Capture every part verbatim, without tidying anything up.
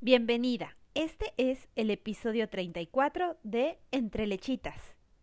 Bienvenida. Este es el episodio treinta y cuatro de Entre Lechitas.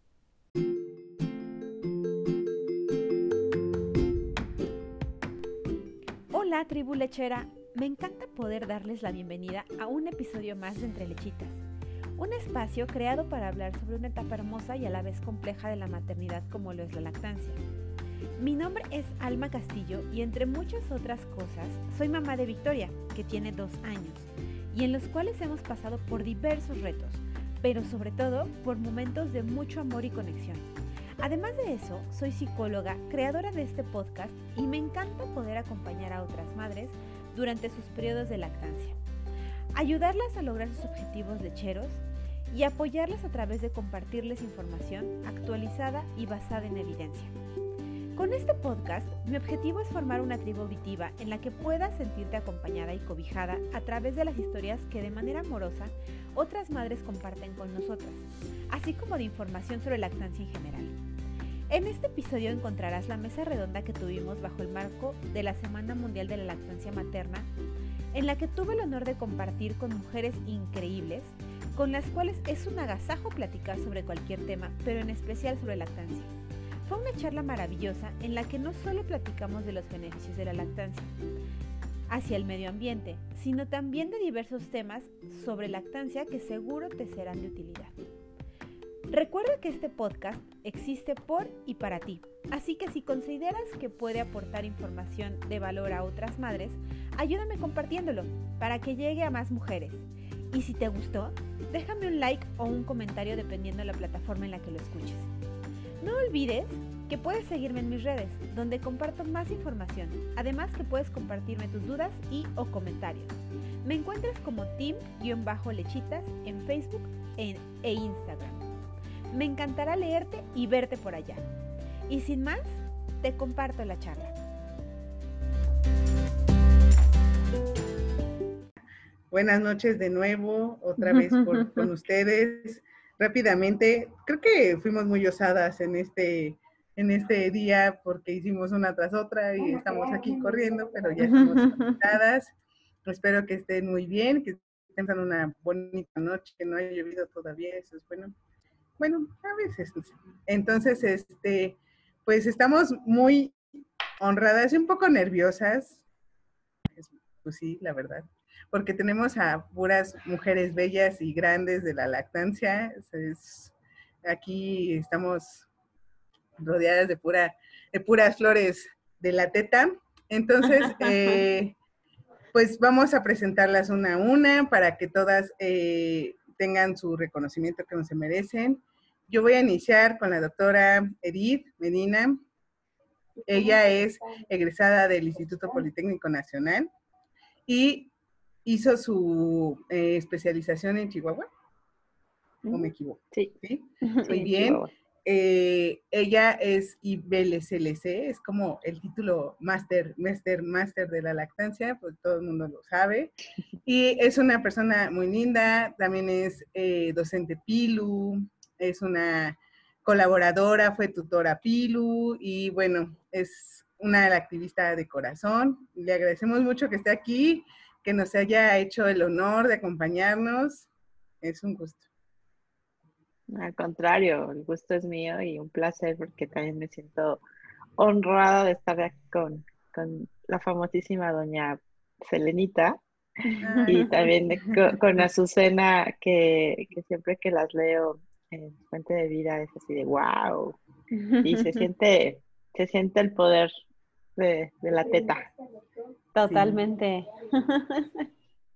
Hola, tribu lechera. Me encanta poder darles la bienvenida a un episodio más de Entre Lechitas, un espacio creado para hablar sobre una etapa hermosa y a la vez compleja de la maternidad como lo es la lactancia. Mi nombre es Alma Castillo y entre muchas otras cosas soy mamá de Victoria, que tiene dos años, y en los cuales hemos pasado por diversos retos, pero sobre todo por momentos de mucho amor y conexión. Además de eso, soy psicóloga, creadora de este podcast y me encanta poder acompañar a otras madres durante sus periodos de lactancia, ayudarlas a lograr sus objetivos lecheros y apoyarlas a través de compartirles información actualizada y basada en evidencia. Con este podcast, mi objetivo es formar una tribu auditiva en la que puedas sentirte acompañada y cobijada a través de las historias que de manera amorosa otras madres comparten con nosotras, así como de información sobre lactancia en general. En este episodio encontrarás la mesa redonda que tuvimos bajo el marco de la Semana Mundial de la Lactancia Materna, en la que tuve el honor de compartir con mujeres increíbles, con las cuales es un agasajo platicar sobre cualquier tema, pero en especial sobre lactancia. Fue una charla maravillosa en la que no solo platicamos de los beneficios de la lactancia hacia el medio ambiente, sino también de diversos temas sobre lactancia que seguro te serán de utilidad. Recuerda que este podcast existe por y para ti, así que si consideras que puede aportar información de valor a otras madres, ayúdame compartiéndolo para que llegue a más mujeres. Y si te gustó, déjame un like o un comentario dependiendo de la plataforma en la que lo escuches. No olvides que puedes seguirme en mis redes, donde comparto más información, además que puedes compartirme tus dudas y o comentarios. Me encuentras como team-lechitas en Facebook e Instagram. Me encantará leerte y verte por allá. Y sin más, te comparto la charla. Buenas noches de nuevo, otra vez por, con ustedes. Rápidamente, creo que fuimos muy osadas en este, en este día porque hicimos una tras otra y estamos aquí corriendo, pero ya estamos conectadas. Espero que estén muy bien, que tengan una bonita noche, que no haya llovido todavía, eso es bueno. Bueno, a veces. Entonces, este, pues estamos muy honradas y un poco nerviosas. Pues sí, la verdad. Porque tenemos a puras mujeres bellas y grandes de la lactancia. Es, aquí estamos rodeadas de, pura, de puras flores de la teta. Entonces, eh, pues vamos a presentarlas una a una para que todas eh, tengan su reconocimiento que se merecen. Yo voy a iniciar con la doctora Edith Medina. Ella es egresada del Instituto Politécnico Nacional y hizo su eh, especialización en Chihuahua, ¿o me equivoco? Sí. ¿Sí? Muy bien. Eh, ella es I B L C L C, es como el título máster, máster, máster de la lactancia, pues todo el mundo lo sabe. Y es una persona muy linda, también es eh, docente Pilu, es una colaboradora, fue tutora Pilu y bueno, es una activista de corazón. Le agradecemos mucho que esté aquí, que nos haya hecho el honor de acompañarnos. Es un gusto. Al contrario, el gusto es mío y un placer porque también me siento honrada de estar aquí con, con la famosísima doña Selenita y también de, con, con Azucena, que, que siempre que las leo en Fuente de Vida es así de wow, y se siente, se siente el poder de, de la teta. Totalmente. Sí.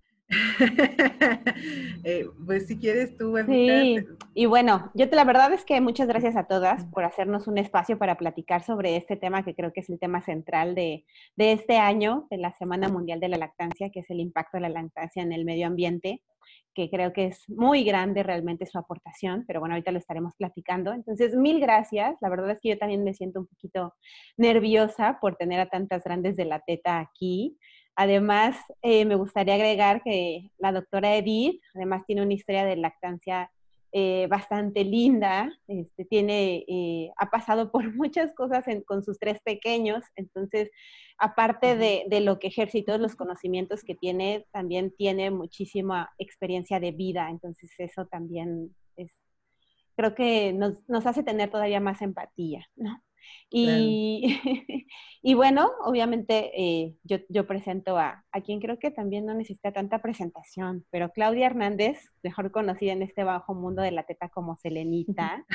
eh, pues si quieres tú, Anita. Sí, y bueno, yo te, la verdad es que muchas gracias a todas por hacernos un espacio para platicar sobre este tema que creo que es el tema central de, de este año, de la Semana Mundial de la Lactancia, que es el impacto de la lactancia en el medio ambiente, que creo que es muy grande realmente su aportación, pero bueno, ahorita lo estaremos platicando. Entonces, mil gracias. La verdad es que yo también me siento un poquito nerviosa por tener a tantas grandes de la teta aquí. Además, eh, me gustaría agregar que la doctora Edith, además tiene una historia de lactancia eh, bastante linda, este, tiene, eh, ha pasado por muchas cosas en, con sus tres pequeños, entonces, aparte de, de lo que ejerce y todos los conocimientos que tiene, también tiene muchísima experiencia de vida, entonces eso también es, creo que nos, nos hace tener todavía más empatía, ¿no? Claro. Y, y bueno, obviamente eh, yo, yo presento a, a quien creo que también no necesita tanta presentación, pero Claudia Hernández, mejor conocida en este bajo mundo de la teta como Selenita,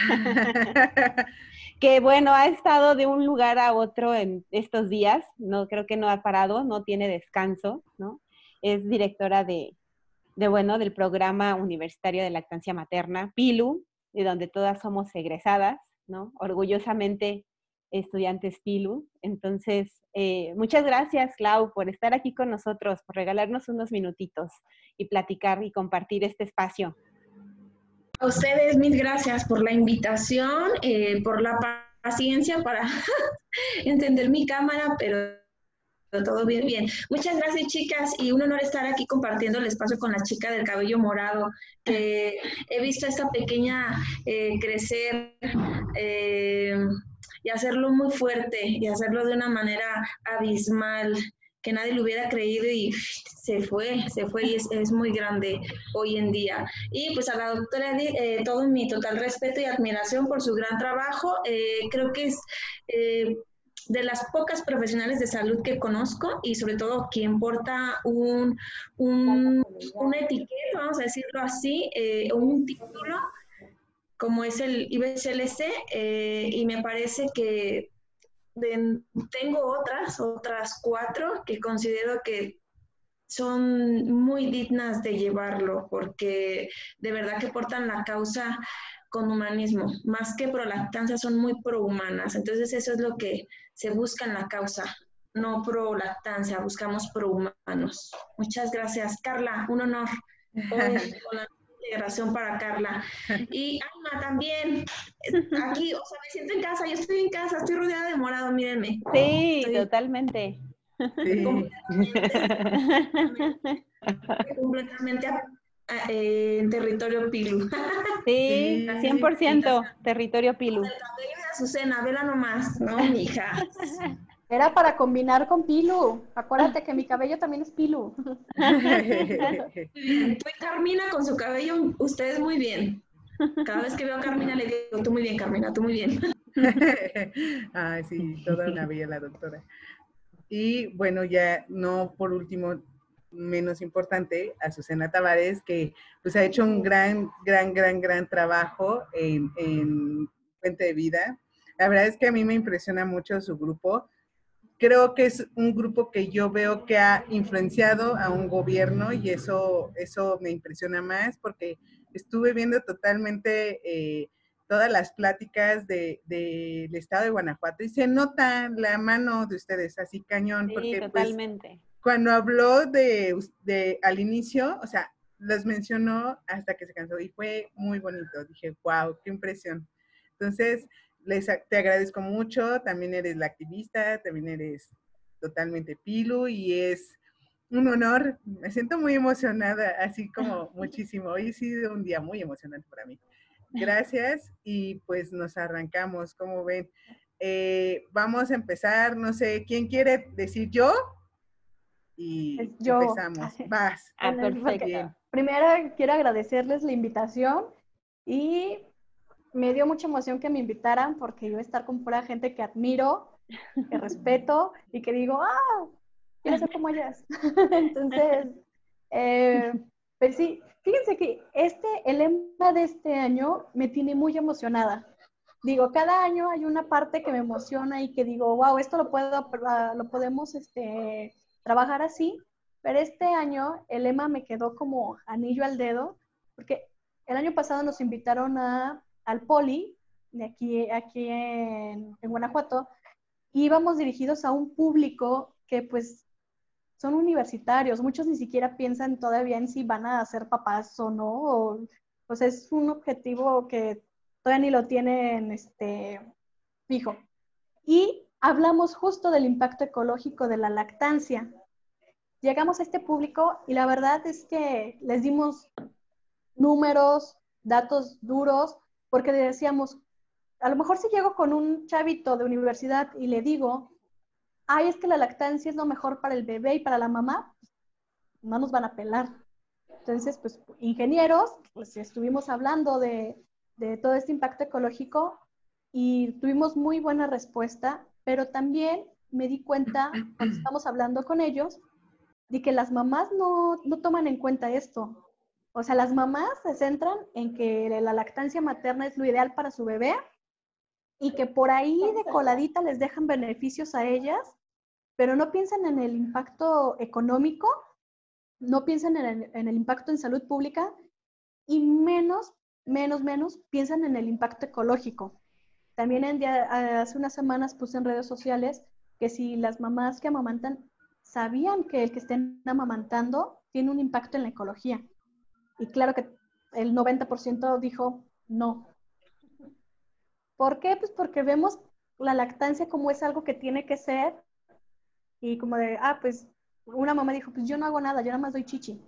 que bueno, ha estado de un lugar a otro en estos días, no creo que no ha parado, no tiene descanso, ¿no? Es directora de, de bueno, del programa universitario de lactancia materna, PILU, de donde todas somos egresadas, ¿no? Orgullosamente estudiantes PILU. Entonces, eh, muchas gracias, Clau, por estar aquí con nosotros, por regalarnos unos minutitos y platicar y compartir este espacio. A ustedes, mil gracias por la invitación, eh, por la paciencia para entender mi cámara, pero todo bien, bien. Muchas gracias, chicas, y un honor estar aquí compartiendo el espacio con la chica del cabello morado, que he visto a esta pequeña eh, crecer eh, y hacerlo muy fuerte, y hacerlo de una manera abismal, que nadie lo hubiera creído y se fue, se fue y es, es muy grande hoy en día. Y pues a la doctora Edith, eh, todo mi total respeto y admiración por su gran trabajo. Eh, creo que es eh, de las pocas profesionales de salud que conozco y sobre todo quien porta un, un, una etiqueta, vamos a decirlo así, eh, un título como es el I B C L C, eh, y me parece que de, tengo otras, otras cuatro que considero que son muy dignas de llevarlo, porque de verdad que portan la causa con humanismo, más que pro lactancia, son muy prohumanas. Entonces eso es lo que se busca en la causa, no pro lactancia, buscamos prohumanos. Muchas gracias, Carla, un honor hoy con la integración para Carla. Y Alma también, aquí, o sea, me siento en casa, yo estoy en casa, estoy rodeada de morado, mírenme. Sí, estoy totalmente. Sí. Completamente, completamente eh, en territorio Pilu. Sí, Sí. cien por ciento territorio Pilu. El cabello de Azucena, vela nomás, ¿no, mija? Era para combinar con Pilu. Acuérdate que mi cabello también es Pilu. Muy bien. Tú y Carmina con su cabello, ustedes muy bien. Cada vez que veo a Carmina le digo, tú muy bien, Carmina, tú muy bien. Ay, sí, toda una bella la doctora. Y bueno, ya no por último, menos importante, Azucena Tavares, que pues ha hecho un gran, gran, gran, gran trabajo en, en Fuente de Vida. La verdad es que a mí me impresiona mucho su grupo. Creo que es un grupo que yo veo que ha influenciado a un gobierno y eso, eso me impresiona más porque estuve viendo totalmente eh, todas las pláticas del de, de estado de Guanajuato y se nota la mano de ustedes así cañón, Sí, porque totalmente. pues cuando habló de, de al inicio, o sea, los mencionó hasta que se cansó y fue muy bonito. Dije, wow, qué impresión. Entonces, les, te agradezco mucho, también eres la activista, también eres totalmente Pilu y es un honor, me siento muy emocionada, así como muchísimo. Hoy ha sido un día muy emocionante para mí. Gracias y pues nos arrancamos, como ven. Eh, vamos a empezar, no sé, ¿quién quiere decir yo? Y yo. empezamos. Vas. Ah, Bueno, perfecto. Bien. primero quiero agradecerles la invitación y me dio mucha emoción que me invitaran porque yo estar con pura gente que admiro, que respeto y que digo, ah, quiero ser como ellas. Entonces, eh, pues sí, fíjense que este, el lema de este año me tiene muy emocionada. Digo, cada año hay una parte que me emociona y que digo, wow, esto lo, puedo, lo podemos este, trabajar así, pero este año el lema me quedó como anillo al dedo, porque el año pasado nos invitaron a, al Poli, de aquí, aquí en, en Guanajuato, y íbamos dirigidos a un público que pues son universitarios, muchos ni siquiera piensan todavía en si van a ser papás o no, o, pues es un objetivo que todavía ni lo tienen este, fijo. Y hablamos justo del impacto ecológico de la lactancia. Llegamos a este público y la verdad es que les dimos números, datos duros, porque decíamos, a lo mejor si llego con un chavito de universidad y le digo, ay, es que la lactancia es lo mejor para el bebé y para la mamá, no nos van a pelar. Entonces, pues, ingenieros, pues estuvimos hablando de, de todo este impacto ecológico y tuvimos muy buena respuesta, pero también me di cuenta, cuando estamos hablando con ellos, de que las mamás no, no toman en cuenta esto. O sea, las mamás se centran en que la lactancia materna es lo ideal para su bebé y que por ahí de coladita les dejan beneficios a ellas, pero no piensan en el impacto económico, no piensan en el, en el impacto en salud pública y menos, menos, menos piensan en el impacto ecológico. También en día, hace unas semanas puse en redes sociales que si las mamás que amamantan sabían que el que estén amamantando tiene un impacto en la ecología. Y claro que el noventa por ciento dijo no. ¿Por qué? Pues porque vemos la lactancia como es algo que tiene que ser y como de, ah, pues una mamá dijo, pues yo no hago nada, yo nada más doy chichi.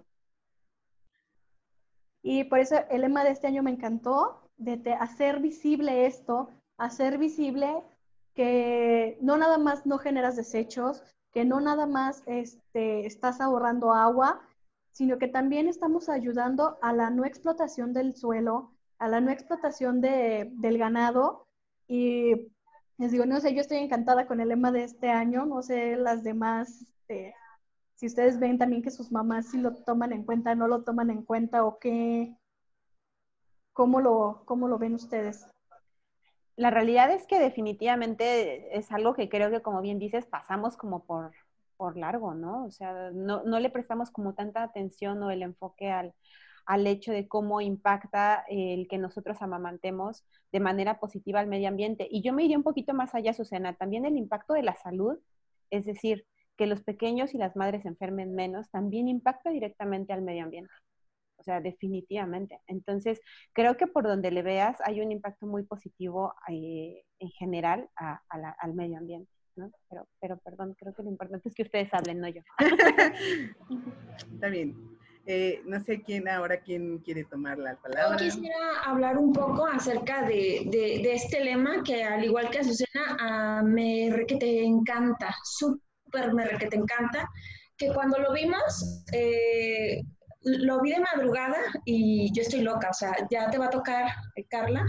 Y por eso el lema de este año me encantó, de te, hacer visible esto, hacer visible que no nada más no generas desechos, que no nada más este, estás ahorrando agua, sino que también estamos ayudando a la no explotación del suelo, a la no explotación de, del ganado. Y les digo, no sé, yo estoy encantada con el lema de este año, no sé las demás, este, si ustedes ven también que sus mamás sí lo toman en cuenta, no lo toman en cuenta o qué, cómo lo, cómo lo ven ustedes. La realidad es que definitivamente es algo que creo que, como bien dices, pasamos como por, por largo, ¿no? O sea, no, no le prestamos como tanta atención o el enfoque al, al hecho de cómo impacta el que nosotros amamantemos de manera positiva al medio ambiente. Y yo me iría un poquito más allá, Susana, también el impacto de la salud, es decir, que los pequeños y las madres se enfermen menos, también impacta directamente al medio ambiente. O sea, definitivamente. Entonces, creo que por donde le veas hay un impacto muy positivo eh, en general a, a la, al medio ambiente, ¿no? Pero, pero, perdón, creo que lo importante es que ustedes hablen, no yo. Está bien. Eh, no sé quién ahora, quién quiere tomar la palabra. Yo quisiera hablar un poco acerca de, de, de este lema que, al igual que a Susana, uh, me re que te encanta, súper me re que te encanta, que cuando lo vimos... Eh, lo vi de madrugada y yo estoy loca, o sea, ya te va a tocar, eh, Carla,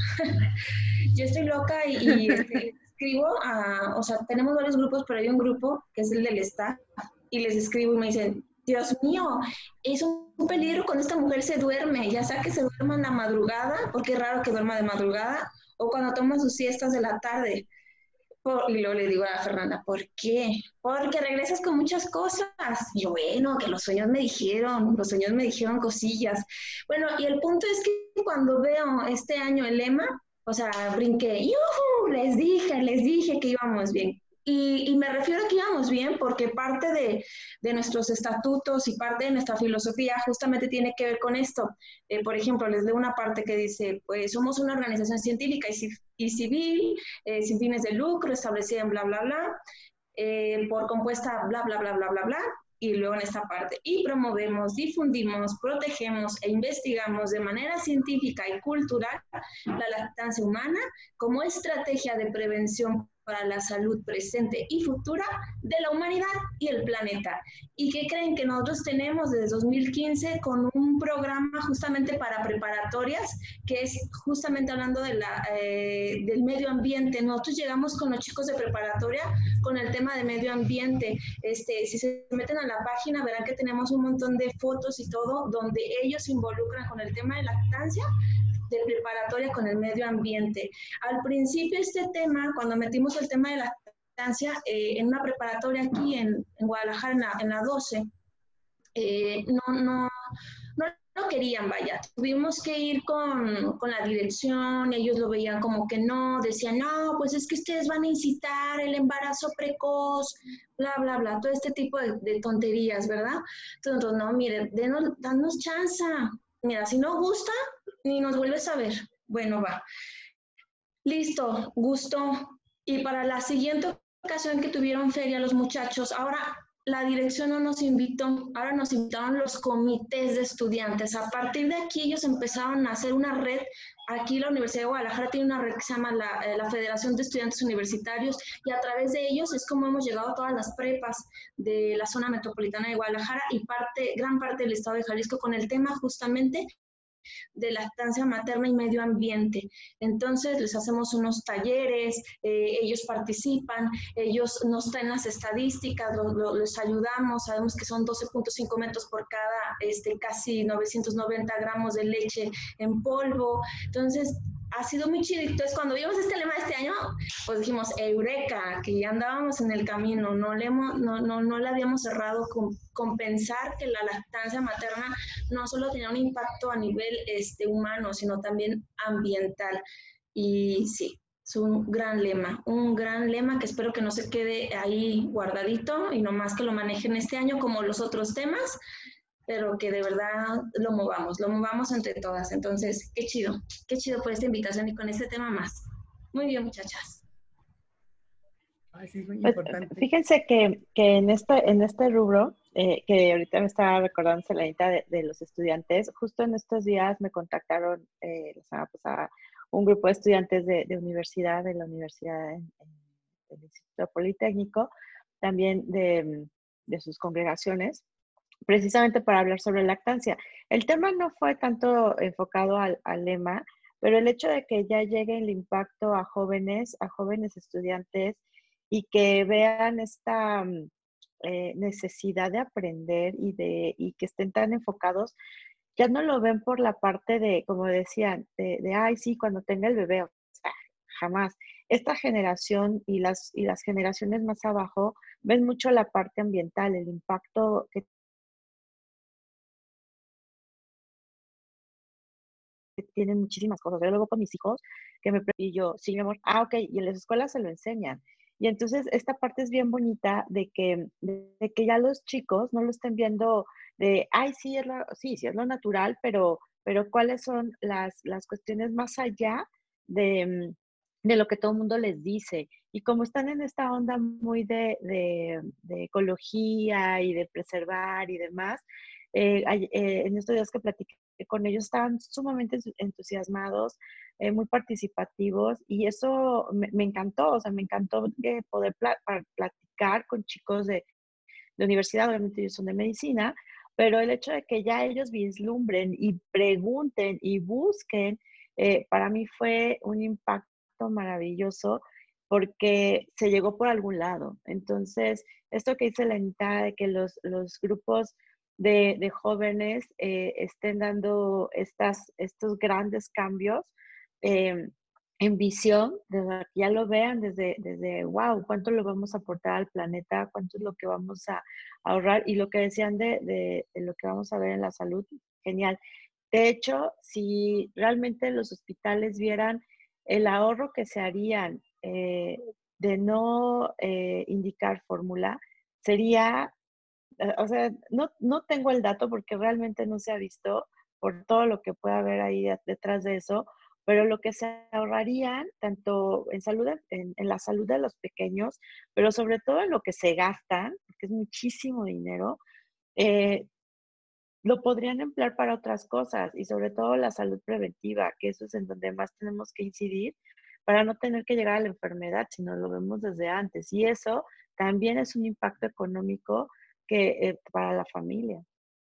yo estoy loca y, y este, escribo, a, o sea, tenemos varios grupos, pero hay un grupo que es el del staff y les escribo y me dicen, Dios mío, es un peligro cuando esta mujer se duerme, ya sea que se duerma en la madrugada, porque es raro que duerma de madrugada, o cuando toma sus siestas de la tarde. Por, y luego le digo a Fernanda, ¿por qué? Porque regresas con muchas cosas. Y yo, bueno, que los sueños me dijeron, los sueños me dijeron cosillas. Bueno, y el punto es que cuando veo este año el lema, o sea, brinqué, ¡yuhu! Les dije, les dije que íbamos bien. Y, y me refiero a que íbamos bien porque parte de, de nuestros estatutos y parte de nuestra filosofía justamente tiene que ver con esto. Eh, por ejemplo, les leo una parte que dice, pues somos una organización científica y, y civil, eh, sin fines de lucro, establecida en bla, bla, bla, eh, por compuesta bla, bla, bla, bla, bla, bla, y luego en esta parte, y promovemos, difundimos, protegemos e investigamos de manera científica y cultural la lactancia humana como estrategia de prevención para la salud presente y futura de la humanidad y el planeta. ¿Y qué creen? Que nosotros tenemos desde dos mil quince con un programa justamente para preparatorias, que es justamente hablando de la, eh, del medio ambiente. Nosotros llegamos con los chicos de preparatoria con el tema de medio ambiente. Este, si se meten a la página verán que tenemos un montón de fotos y todo donde ellos se involucran con el tema de lactancia de preparatoria con el medio ambiente. Al principio este tema, cuando metimos el tema de la lactancia eh, en una preparatoria aquí en, en Guadalajara, en la, en la doce, eh, no, no, no, no querían, vaya. Tuvimos que ir con, con la dirección, ellos lo veían como que no, decían, no, pues es que ustedes van a incitar el embarazo precoz, bla, bla, bla, todo este tipo de, de tonterías, ¿verdad? Entonces, no, mire, denos, danos chance. Mira, si no gusta, ni nos vuelves a ver. Bueno, va. Listo, gusto. Y para la siguiente ocasión que tuvieron feria los muchachos, ahora la dirección no nos invitó, ahora nos invitaron los comités de estudiantes. A partir de aquí ellos empezaron a hacer una red. Aquí la Universidad de Guadalajara tiene una red que se llama la, la Federación de Estudiantes Universitarios, y a través de ellos es como hemos llegado a todas las prepas de la zona metropolitana de Guadalajara y parte, gran parte del estado de Jalisco, con el tema justamente de lactancia materna y medio ambiente. Entonces les hacemos unos talleres, eh, ellos participan, ellos nos traen las estadísticas, lo, lo, les ayudamos, sabemos que son doce punto cinco metros por cada este, casi novecientos noventa gramos de leche en polvo. Entonces ha sido muy chido. Entonces cuando vimos este lema de este año, pues dijimos, eureka, que ya andábamos en el camino, no le, hemos, no, no, no le habíamos cerrado con, con pensar que la lactancia materna no solo tenía un impacto a nivel este, humano, sino también ambiental. Y sí, es un gran lema, un gran lema que espero que no se quede ahí guardadito y nomás que lo manejen este año como los otros temas, pero que de verdad lo movamos, lo movamos entre todas. Entonces, qué chido, qué chido por esta invitación y con este tema más. Muy bien, muchachas. Ay, sí, es muy Pues, importante. fíjense que, que en, este, en este rubro, eh, que ahorita me estaba recordando Selenita de, de los estudiantes, justo en estos días me contactaron eh, la semana pasada un grupo de estudiantes de, de universidad, de la universidad en, en, del Instituto Politécnico, también de, de sus congregaciones, precisamente para hablar sobre lactancia. El tema no fue tanto enfocado al, al lema, pero el hecho de que ya llegue el impacto a jóvenes, a jóvenes estudiantes, y que vean esta eh, necesidad de aprender y, de, y que estén tan enfocados, ya no lo ven por la parte de, como decían, de, de ay, sí, cuando tenga el bebé, o sea, jamás. Esta generación y las, y las generaciones más abajo ven mucho la parte ambiental, el impacto que tienen muchísimas cosas. Yo luego con mis hijos, que me y yo, sí, mi amor, ah, ok, y en las escuelas se lo enseñan. Y entonces esta parte es bien bonita de que, de, de que ya los chicos no lo estén viendo de, ay, sí, es lo, sí, sí, es lo natural, pero, pero cuáles son las, las cuestiones más allá de, de lo que todo el mundo les dice. Y como están en esta onda muy de, de, de ecología y de preservar y demás, eh, eh, en estos días que platiqué con ellos estaban sumamente entusiasmados, eh, muy participativos, y eso me, me encantó, o sea, me encantó que poder pla platicar con chicos de, de universidad, obviamente ellos son de medicina, pero el hecho de que ya ellos vislumbren y pregunten y busquen, eh, para mí fue un impacto maravilloso porque se llegó por algún lado. Entonces, esto que dice Lenita de que los, los grupos de, de jóvenes eh, estén dando estas, estos grandes cambios eh, en visión, desde que ya lo vean desde, desde, wow, cuánto lo vamos a aportar al planeta, cuánto es lo que vamos a ahorrar, y lo que decían de, de, de lo que vamos a ver en la salud, genial. De hecho, si realmente los hospitales vieran el ahorro que se harían eh, de no eh, indicar fórmula, sería, eh, o sea, no, no tengo el dato porque realmente no se ha visto por todo lo que puede haber ahí detrás de eso, pero lo que se ahorrarían tanto en salud, en, en la salud de los pequeños, pero sobre todo en lo que se gastan, porque es muchísimo dinero, eh, lo podrían emplear para otras cosas y sobre todo la salud preventiva, que eso es en donde más tenemos que incidir para no tener que llegar a la enfermedad, sino lo vemos desde antes. Y eso también es un impacto económico que, eh, para la familia.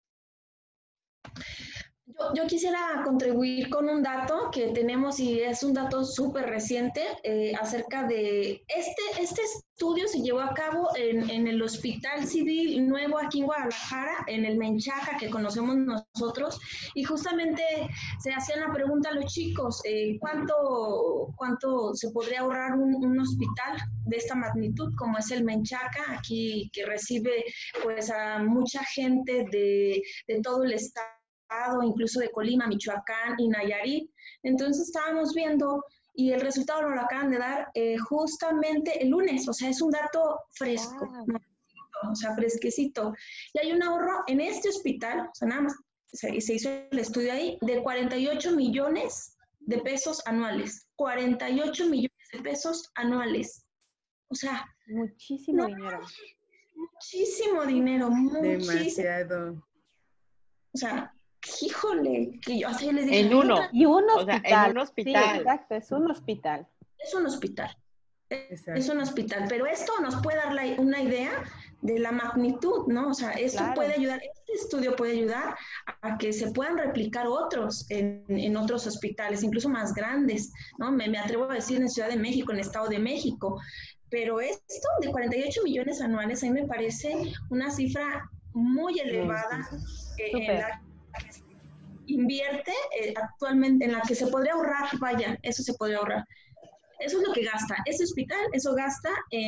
Yo, yo quisiera contribuir con un dato que tenemos y es un dato súper reciente eh, acerca de este, este estudio se llevó a cabo en, en el Hospital Civil Nuevo aquí en Guadalajara, en el Menchaca que conocemos nosotros, y justamente se hacían la pregunta a los chicos, eh, ¿cuánto, ¿cuánto se podría ahorrar un, un hospital de esta magnitud como es el Menchaca, aquí que recibe pues a mucha gente de, de todo el estado, incluso de Colima, Michoacán y Nayarit? Entonces estábamos viendo y el resultado nos lo acaban de dar eh, justamente el lunes, o sea, es un dato fresco, Wow. ¿no? O sea, fresquecito. Y hay un ahorro en este hospital, o sea, nada más se, se hizo el estudio ahí, de cuarenta y ocho millones de pesos anuales. cuarenta y ocho millones de pesos anuales. O sea, muchísimo no, dinero. muchísimo dinero, muchísimo. Demasiado. O sea, híjole, que yo así les dije. En "Hay uno. otra-". Y un O sea, hospital. en un hospital. Sí, exacto, es un hospital. Es un hospital. Exacto. Es un hospital, pero esto nos puede dar la- una idea de la magnitud, ¿no? O sea, esto Claro. puede ayudar, este estudio puede ayudar a que se puedan replicar otros en, en otros hospitales, incluso más grandes, ¿no? Me, me atrevo a decir en Ciudad de México, en Estado de México, pero esto de cuarenta y ocho millones anuales, a mí me parece una cifra muy elevada eh, en la que se invierte eh, actualmente, en la que se podría ahorrar, vaya, eso se podría ahorrar. Eso es lo que gasta. Ese hospital, eso gasta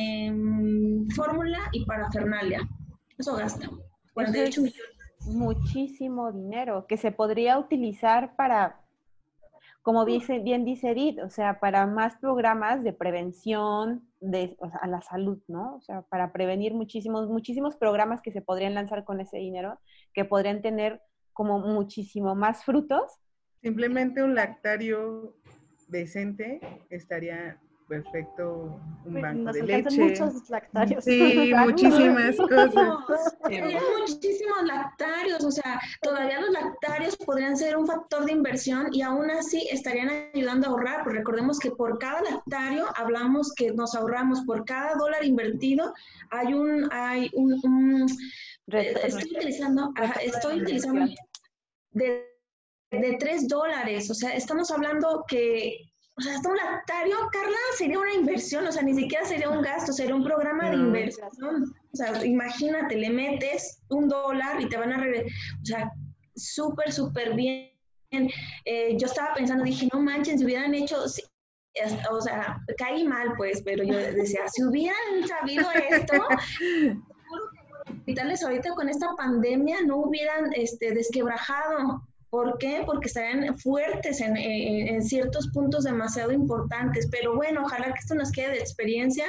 en fórmula y parafernalia. Eso gasta. cuarenta y ocho Eso es millones. muchísimo dinero que se podría utilizar para, como dice, bien dice Edith, o sea, para más programas de prevención de, o sea, a la salud, ¿no? O sea, para prevenir muchísimos, muchísimos programas que se podrían lanzar con ese dinero, que podrían tener como muchísimo más frutos. Simplemente un lactario decente estaría perfecto, un banco Nos de alcanzan leche. muchos lactarios. Sí, muchísimas cosas. Serían muchísimos lactarios, o sea, todavía los lactarios podrían ser un factor de inversión y aún así estarían ayudando a ahorrar, porque recordemos que por cada lactario hablamos que nos ahorramos, por cada dólar invertido hay un, hay un, un eh, estoy utilizando, ajá, estoy utilizando de, de tres dólares, o sea, estamos hablando que, o sea, hasta un lactario, Carla, sería una inversión, o sea, ni siquiera sería un gasto, sería un programa de No. inversión. O sea, imagínate, le metes un dólar y te van a regresar, o sea, súper, súper bien. Eh, yo estaba pensando, dije, no manchen, si hubieran hecho, si, o sea, caí mal, pues, pero yo decía, si hubieran sabido esto, seguro que los hospitales ahorita con esta pandemia no hubieran este, desquebrajado. ¿Por qué? Porque estarían fuertes en, en, en ciertos puntos demasiado importantes. Pero bueno, ojalá que esto nos quede de experiencia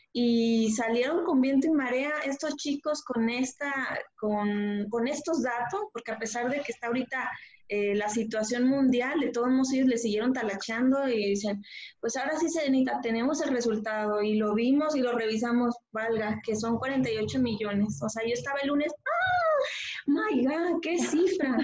y salieron con viento y marea estos chicos con, esta, con, con estos datos, porque a pesar de que está ahorita eh, la situación mundial, de todos modos ellos le siguieron talachando y dicen, pues ahora sí, Serenita, tenemos el resultado y lo vimos y lo revisamos, valga, que son cuarenta y ocho millones. O sea, yo estaba el lunes, ¡ah! ¡My God! ¡Qué cifra!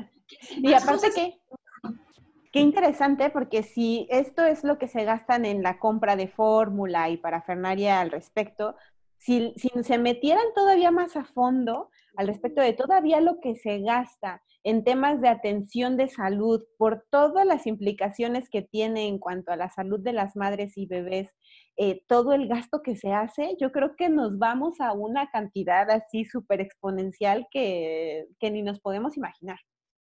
Y aparte que, qué interesante, porque si esto es lo que se gastan en la compra de fórmula y parafernalia al respecto, si, si se metieran todavía más a fondo al respecto de todavía lo que se gasta en temas de atención de salud, por todas las implicaciones que tiene en cuanto a la salud de las madres y bebés, eh, todo el gasto que se hace, yo creo que nos vamos a una cantidad así súper exponencial que, que ni nos podemos imaginar.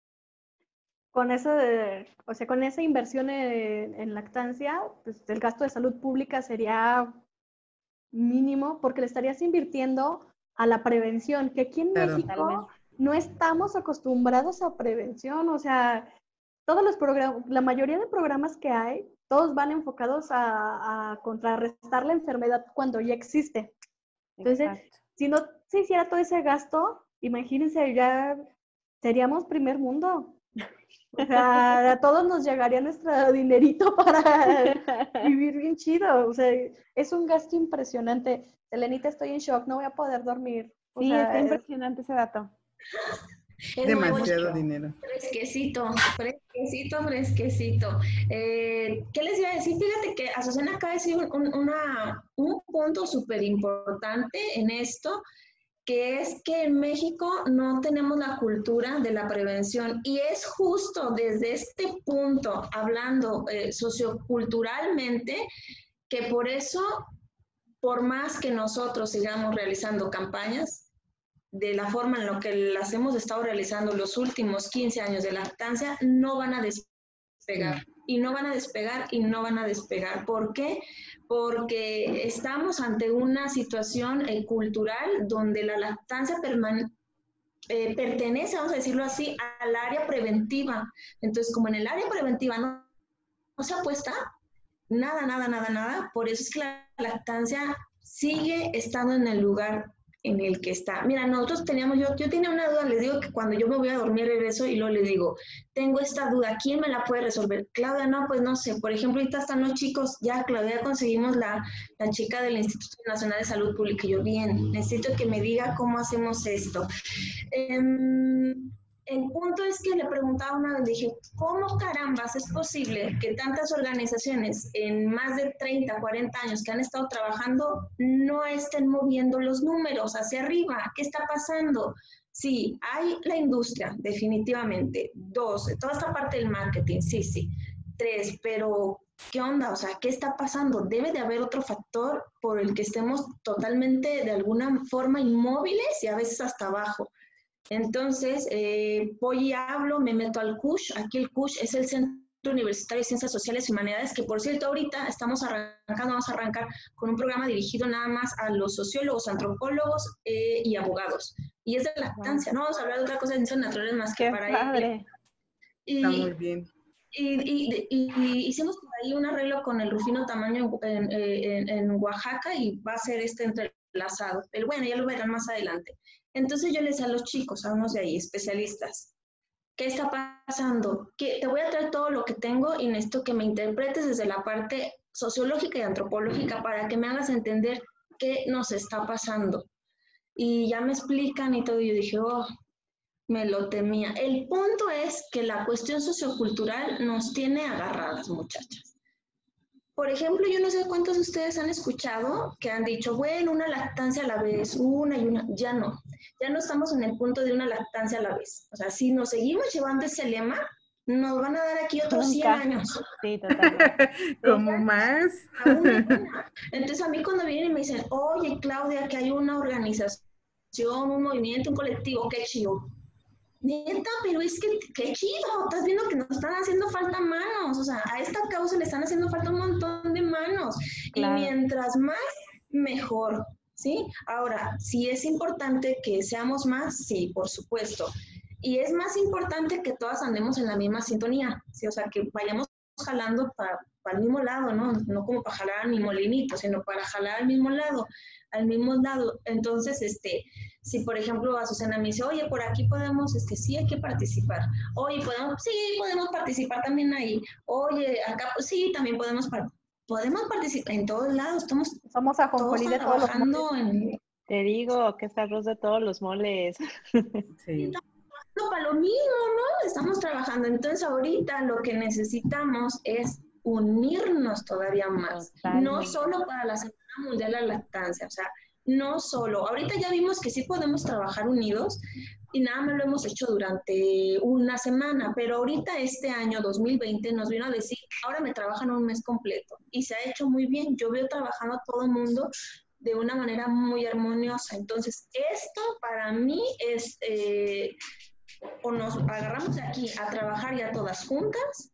Con eso de, o sea, con esa inversión en, en lactancia, pues el gasto de salud pública sería mínimo porque le estarías invirtiendo a la prevención, que aquí en Claro. México no estamos acostumbrados a prevención, o sea, todos los programas, la mayoría de programas que hay, todos van enfocados a, a contrarrestar la enfermedad cuando ya existe. Entonces, Exacto. si no se hiciera todo ese gasto, imagínense, ya seríamos primer mundo. O sea, a todos nos llegaría nuestro dinerito para vivir bien chido. O sea, es un gasto impresionante. Selenita, estoy en shock, no voy a poder dormir. O Sí, sea, está es- impresionante ese dato. Es Demasiado nuevo, dinero. fresquecito, fresquecito, fresquecito. Eh, ¿Qué les iba a decir? Fíjate que Azucena acaba de decir un, un, una, un punto súper importante en esto, que es que en México no tenemos la cultura de la prevención y es justo desde este punto, hablando eh, socioculturalmente, que por eso, por más que nosotros sigamos realizando campañas, de la forma en la que las hemos estado realizando los últimos quince años de lactancia, no van a despegar. Y no van a despegar y no van a despegar. ¿Por qué? Porque estamos ante una situación eh, cultural donde la lactancia permanece. Eh, pertenece, vamos a decirlo así, al área preventiva. Entonces, como en el área preventiva no, no se apuesta nada, nada, nada, nada, por eso es que la lactancia sigue estando en el lugar en el que está. Mira, nosotros teníamos, yo, yo tenía una duda, les digo que cuando yo me voy a dormir regreso y luego les digo, tengo esta duda, ¿quién me la puede resolver? Claudia, no, pues no sé, por ejemplo, ahorita están los chicos, ya Claudia, conseguimos la, la chica del Instituto Nacional de Salud Pública, y yo bien, necesito que me diga cómo hacemos esto. Eh, El punto es que le preguntaba una vez, dije, ¿cómo carambas es posible que tantas organizaciones en más de treinta, cuarenta años que han estado trabajando no estén moviendo los números hacia arriba? ¿Qué está pasando? Sí, hay la industria, definitivamente. Dos, toda esta parte del marketing, sí, sí. Tres, pero ¿qué onda? O sea, ¿qué está pasando? Debe de haber otro factor por el que estemos totalmente de alguna forma inmóviles y a veces hasta abajo. Entonces, eh, voy y hablo, me meto al C U S H. Aquí el C U S H es el Centro Universitario de Ciencias Sociales y Humanidades, que por cierto ahorita estamos arrancando, vamos a arrancar con un programa dirigido nada más a los sociólogos, antropólogos eh, y abogados. Y es de lactancia, no vamos a hablar de otra cosa de ciencias naturales más que Qué para padre. y, Está muy bien. Y, y, y, y hicimos por ahí un arreglo con el Rufino Tamaño en, en, en Oaxaca y va a ser este entrelazado. Pero bueno, ya lo verán más adelante. Entonces yo les decía a los chicos, a unos de ahí, especialistas, ¿qué está pasando? Que te voy a traer todo lo que tengo y necesito que me interpretes desde la parte sociológica y antropológica para que me hagas entender qué nos está pasando. Y ya me explican y todo, y yo dije, oh, me lo temía. El punto es que la cuestión sociocultural nos tiene agarradas, muchachas. Por ejemplo, yo no sé cuántos de ustedes han escuchado que han dicho, bueno, una lactancia a la vez, una y una. Ya no. Ya no estamos en el punto de una lactancia a la vez. O sea, si nos seguimos llevando ese lema, nos van a dar aquí otros cien años. Sí, totalmente. Como más. Entonces, a mí cuando vienen y me dicen, oye, Claudia, que hay una organización, un movimiento, un colectivo, qué chido. Neta, pero es que, qué chido, estás viendo que nos están haciendo falta manos, o sea, a esta causa le están haciendo falta un montón de manos, claro. Y mientras más, mejor, ¿sí? Ahora, sí es importante que seamos más, sí, por supuesto, y es más importante que todas andemos en la misma sintonía, ¿sí? O sea, que vayamos jalando para, para el mismo lado, ¿no? No como para jalar al mismo molinito, sino para jalar al mismo lado, al mismo lado. Entonces, este, si por ejemplo Azucena me dice, oye, por aquí podemos, este, sí hay que participar. Oye, podemos, sí, podemos participar también ahí. Oye, acá, pues sí, también podemos, podemos participar en todos lados. Estamos Somos ajonjolí de todos los moles. En... Te digo que es arroz de todos los moles. Sí. No, para lo mismo, ¿no? Estamos trabajando. Entonces, ahorita lo que necesitamos es unirnos todavía más. Totalmente. No solo para la Semana Mundial de la Lactancia, o sea, no solo. Ahorita ya vimos que sí podemos trabajar unidos y nada más lo hemos hecho durante una semana, pero ahorita este año dos mil veinte nos vino a decir, ahora me trabajan un mes completo y se ha hecho muy bien. Yo veo trabajando a todo el mundo de una manera muy armoniosa. Entonces, esto para mí es... Eh, o nos agarramos de aquí a trabajar ya todas juntas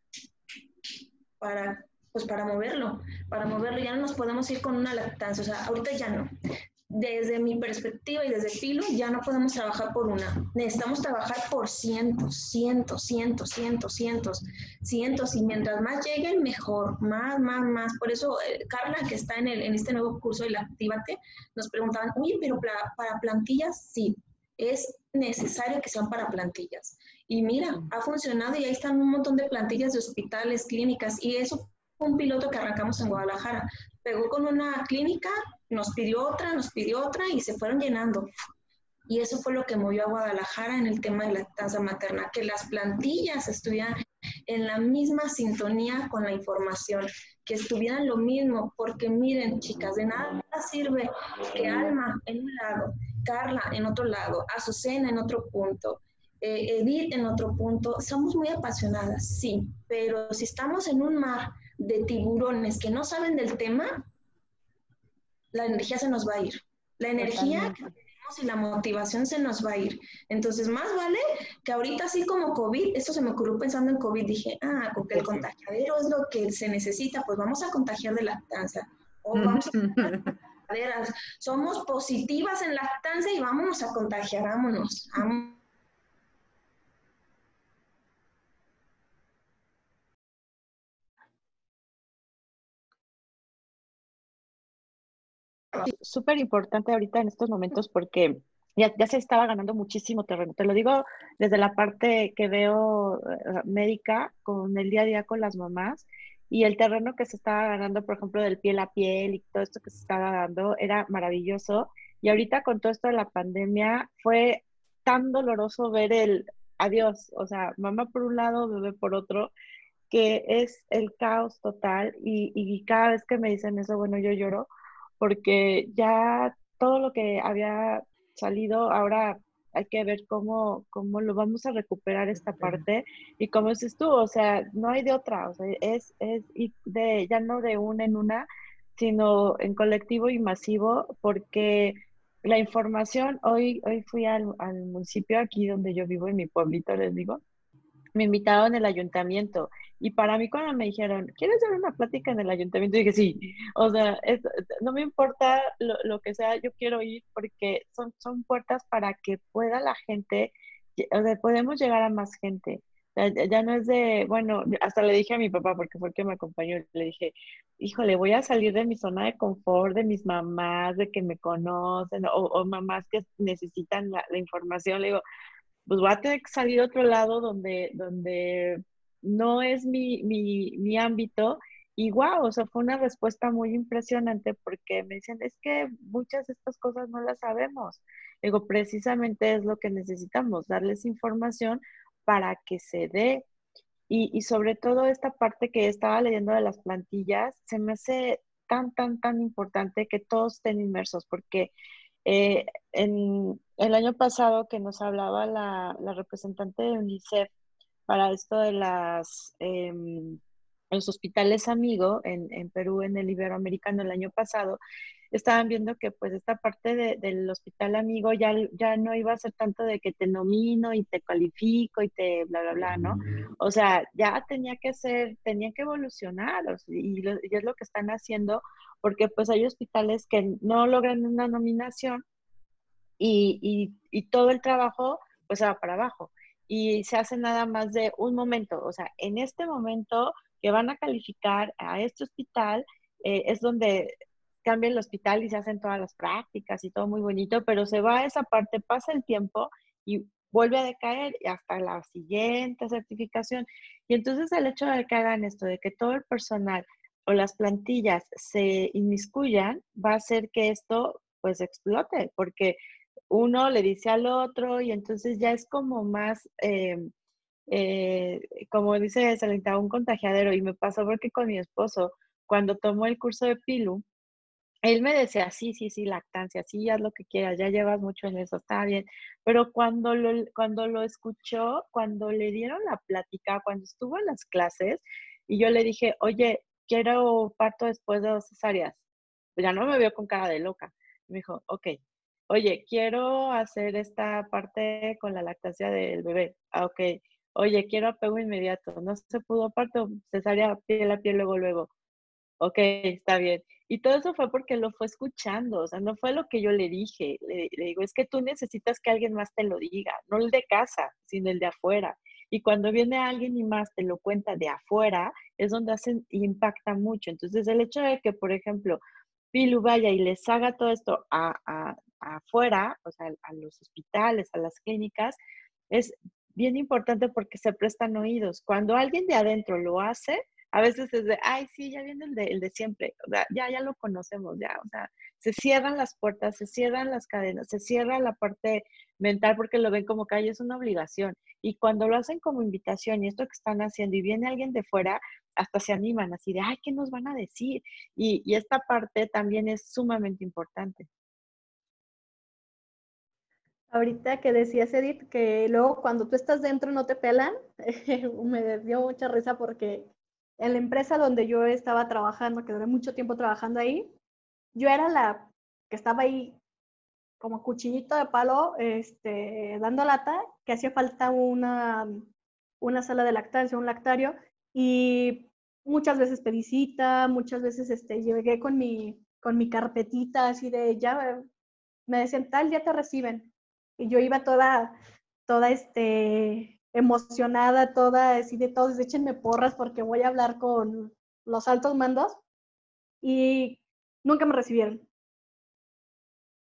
para, pues para moverlo, para moverlo, ya no nos podemos ir con una lactancia, o sea, ahorita ya no. Desde mi perspectiva y desde Filo, ya no podemos trabajar por una, necesitamos trabajar por cientos, cientos, cientos, cientos, cientos, cientos, y mientras más lleguen, mejor, más, más, más. Por eso, eh, Carla, que está en, el, en este nuevo curso de Lactívate, nos preguntaban, oye, pero para, para plantillas, sí, es necesario que sean para plantillas. Y mira, ha funcionado y ahí están un montón de plantillas de hospitales, clínicas, y eso fue un piloto que arrancamos en Guadalajara. Pegó con una clínica, nos pidió otra, nos pidió otra y se fueron llenando. Y eso fue lo que movió a Guadalajara en el tema de lactancia materna, que las plantillas estuvieran en la misma sintonía con la información, que estuvieran lo mismo, porque miren, chicas, de nada sirve que Alma en un lado, Carla en otro lado, Azucena en otro punto, eh, Edith en otro punto. Somos muy apasionadas, sí, pero si estamos en un mar de tiburones que no saben del tema, la energía se nos va a ir. La energía Totalmente. que tenemos y la motivación se nos va a ir. Entonces, más vale que ahorita, así como COVID, esto se me ocurrió pensando en COVID, dije, ah, porque el contagiadero es lo que se necesita, pues vamos a contagiar de lactancia. O vamos a somos positivas en lactancia y vámonos a contagiar, vámonos. vámonos. Súper importante ahorita en estos momentos porque ya, ya se estaba ganando muchísimo terreno. Te lo digo desde la parte que veo eh, médica, con el día a día con las mamás, y el terreno que se estaba ganando, por ejemplo, del piel a piel y todo esto que se estaba dando, era maravilloso. Y ahorita con todo esto de la pandemia fue tan doloroso ver el adiós, o sea, mamá por un lado, bebé por otro, que es el caos total y, y cada vez que me dicen eso, bueno, yo lloro porque ya todo lo que había salido, ahora hay que ver cómo, cómo lo vamos a recuperar esta parte y como dices tú, o sea, no hay de otra, o sea, es, es y de, ya no de una en una, sino en colectivo y masivo, porque la información, hoy, hoy fui al, al municipio aquí donde yo vivo, en mi pueblito, les digo, me invitaron el ayuntamiento y para mí cuando me dijeron, ¿quieres dar una plática en el ayuntamiento? Dije, sí, o sea, es- no me importa lo, lo que sea, yo quiero ir porque son, son puertas para que pueda la gente, lle- o sea, podemos llegar a más gente. O sea, ya ya no es de, bueno, hasta le dije a mi papá, porque fue el que me acompañó, le dije, híjole, voy a salir de mi zona de confort, de mis mamás, de que me conocen, o, o mamás que necesitan la, la información. Le digo, pues voy a tener que salir a otro lado donde, donde no es mi, mi, mi ámbito. Y wow, o sea, fue una respuesta muy impresionante porque me dicen, es que muchas de estas cosas no las sabemos. Digo, precisamente es lo que necesitamos, darles información para que se dé. Y, y sobre todo esta parte que estaba leyendo de las plantillas, se me hace tan, tan, tan importante que todos estén inmersos, porque eh, en el año pasado que nos hablaba la, la representante de UNICEF para esto de las, em, los hospitales Amigo en, en Perú, en el Iberoamericano el año pasado, estaban viendo que pues esta parte de- del hospital Amigo ya, ya no iba a ser tanto de que te nomino y te califico y te bla, bla, bla, ¿no? O sea, ya tenía que ser, tenía que evolucionar, o sea, y, lo- y es lo que están haciendo, porque pues hay hospitales que no logran una nominación y, y, y todo el trabajo pues se va para abajo y se hace nada más de un momento, o sea, en este momento que van a calificar a este hospital, eh, es donde cambia el hospital y se hacen todas las prácticas y todo muy bonito, pero se va a esa parte, pasa el tiempo y vuelve a decaer y hasta la siguiente certificación. Y entonces el hecho de que hagan esto, de que todo el personal o las plantillas se inmiscuyan, va a hacer que esto pues explote, porque uno le dice al otro y entonces ya es como más, eh, eh, como dice Salita, un contagiadero. Y me pasó porque con mi esposo, cuando tomó el curso de Pilu, él me decía, sí, sí, sí, lactancia, sí, haz lo que quieras, ya llevas mucho en eso, está bien. Pero cuando lo, cuando lo escuchó, cuando le dieron la plática, cuando estuvo en las clases, y yo le dije, oye, quiero parto después de dos cesáreas. Pues ya no me vio con cara de loca. Me dijo, ok, oye, quiero hacer esta parte con la lactancia del bebé. Ah, ok. Oye, quiero apego inmediato. No se pudo parto, cesárea piel a piel luego, luego. Ok, está bien. Y todo eso fue porque lo fue escuchando, o sea, no fue lo que yo le dije. Le, le digo, es que tú necesitas que alguien más te lo diga, no el de casa, sino el de afuera. Y cuando viene alguien y más te lo cuenta de afuera, es donde hacen, impacta mucho. Entonces, el hecho de que, por ejemplo, Pilu vaya y les haga todo esto a, a- afuera, o sea, a los hospitales, a las clínicas, es bien importante porque se prestan oídos. Cuando alguien de adentro lo hace, a veces es de, ay, sí, ya viene el de, el de siempre, o sea, ya, ya lo conocemos, ya, o sea, se cierran las puertas, se cierran las cadenas, se cierra la parte mental porque lo ven como que ay, es una obligación. Y cuando lo hacen como invitación y esto que están haciendo y viene alguien de fuera, hasta se animan así de, ay, ¿qué nos van a decir? Y, y esta parte también es sumamente importante. Ahorita que decías, Edith, que luego cuando tú estás dentro no te pelan, me dio mucha risa porque en la empresa donde yo estaba trabajando, que duré mucho tiempo trabajando ahí, yo era la que estaba ahí como cuchillito de palo, este, dando lata, que hacía falta una, una sala de lactancia, un lactario, y muchas veces pedí cita, muchas veces este, llegué con mi, con mi carpetita así de, ya, me decían, tal día te reciben, y yo iba toda, toda este, emocionada, toda así de todos, échenme porras porque voy a hablar con los altos mandos, y nunca me recibieron.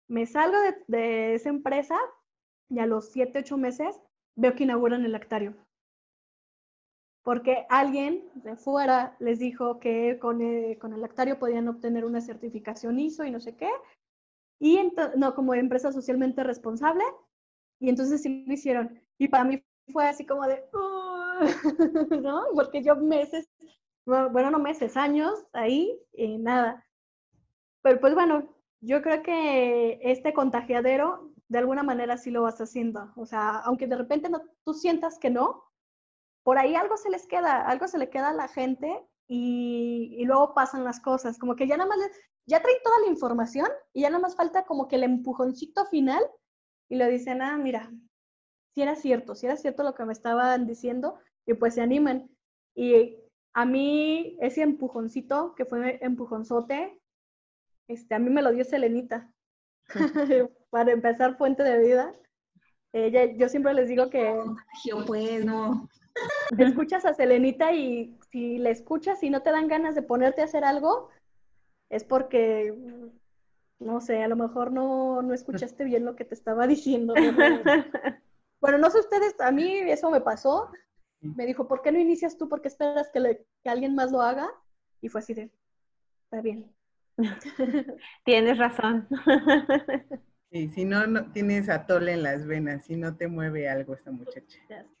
Me salgo de, de esa empresa y a los siete, ocho meses veo que inauguran el lactario. Porque alguien de fuera les dijo que con el, con el lactario podían obtener una certificación I S O y no sé qué. Y ento- no, como empresa socialmente responsable. Y entonces sí lo hicieron. Y para mí fue así como de, uh, ¿no? Porque yo meses, bueno, no meses, años ahí y nada. Pero pues bueno, yo creo que este contagiadero de alguna manera sí lo vas haciendo. O sea, aunque de repente no, tú sientas que no, por ahí algo se les queda, algo se le queda a la gente y, y luego pasan las cosas. Como que ya nada más, les, ya traen toda la información y ya nada más falta como que el empujoncito final y le dicen, ah, mira, si era cierto, si era cierto lo que me estaban diciendo y pues se animan. Y a mí ese empujoncito, que fue empujonzote, este, a mí me lo dio Selenita. Para empezar, fuente de vida. Ella, yo siempre les digo que Yo pues no. escuchas a Selenita y si la escuchas y no te dan ganas de ponerte a hacer algo, es porque, no sé, a lo mejor no, no escuchaste bien lo que te estaba diciendo. Bueno, no sé ustedes, a mí eso me pasó. Me dijo, ¿por qué no inicias tú? ¿Por qué esperas que, le, que alguien más lo haga? Y fue así de, está bien. Tienes razón. Y si no, no tienes atole en las venas, si no te mueve algo esta muchacha.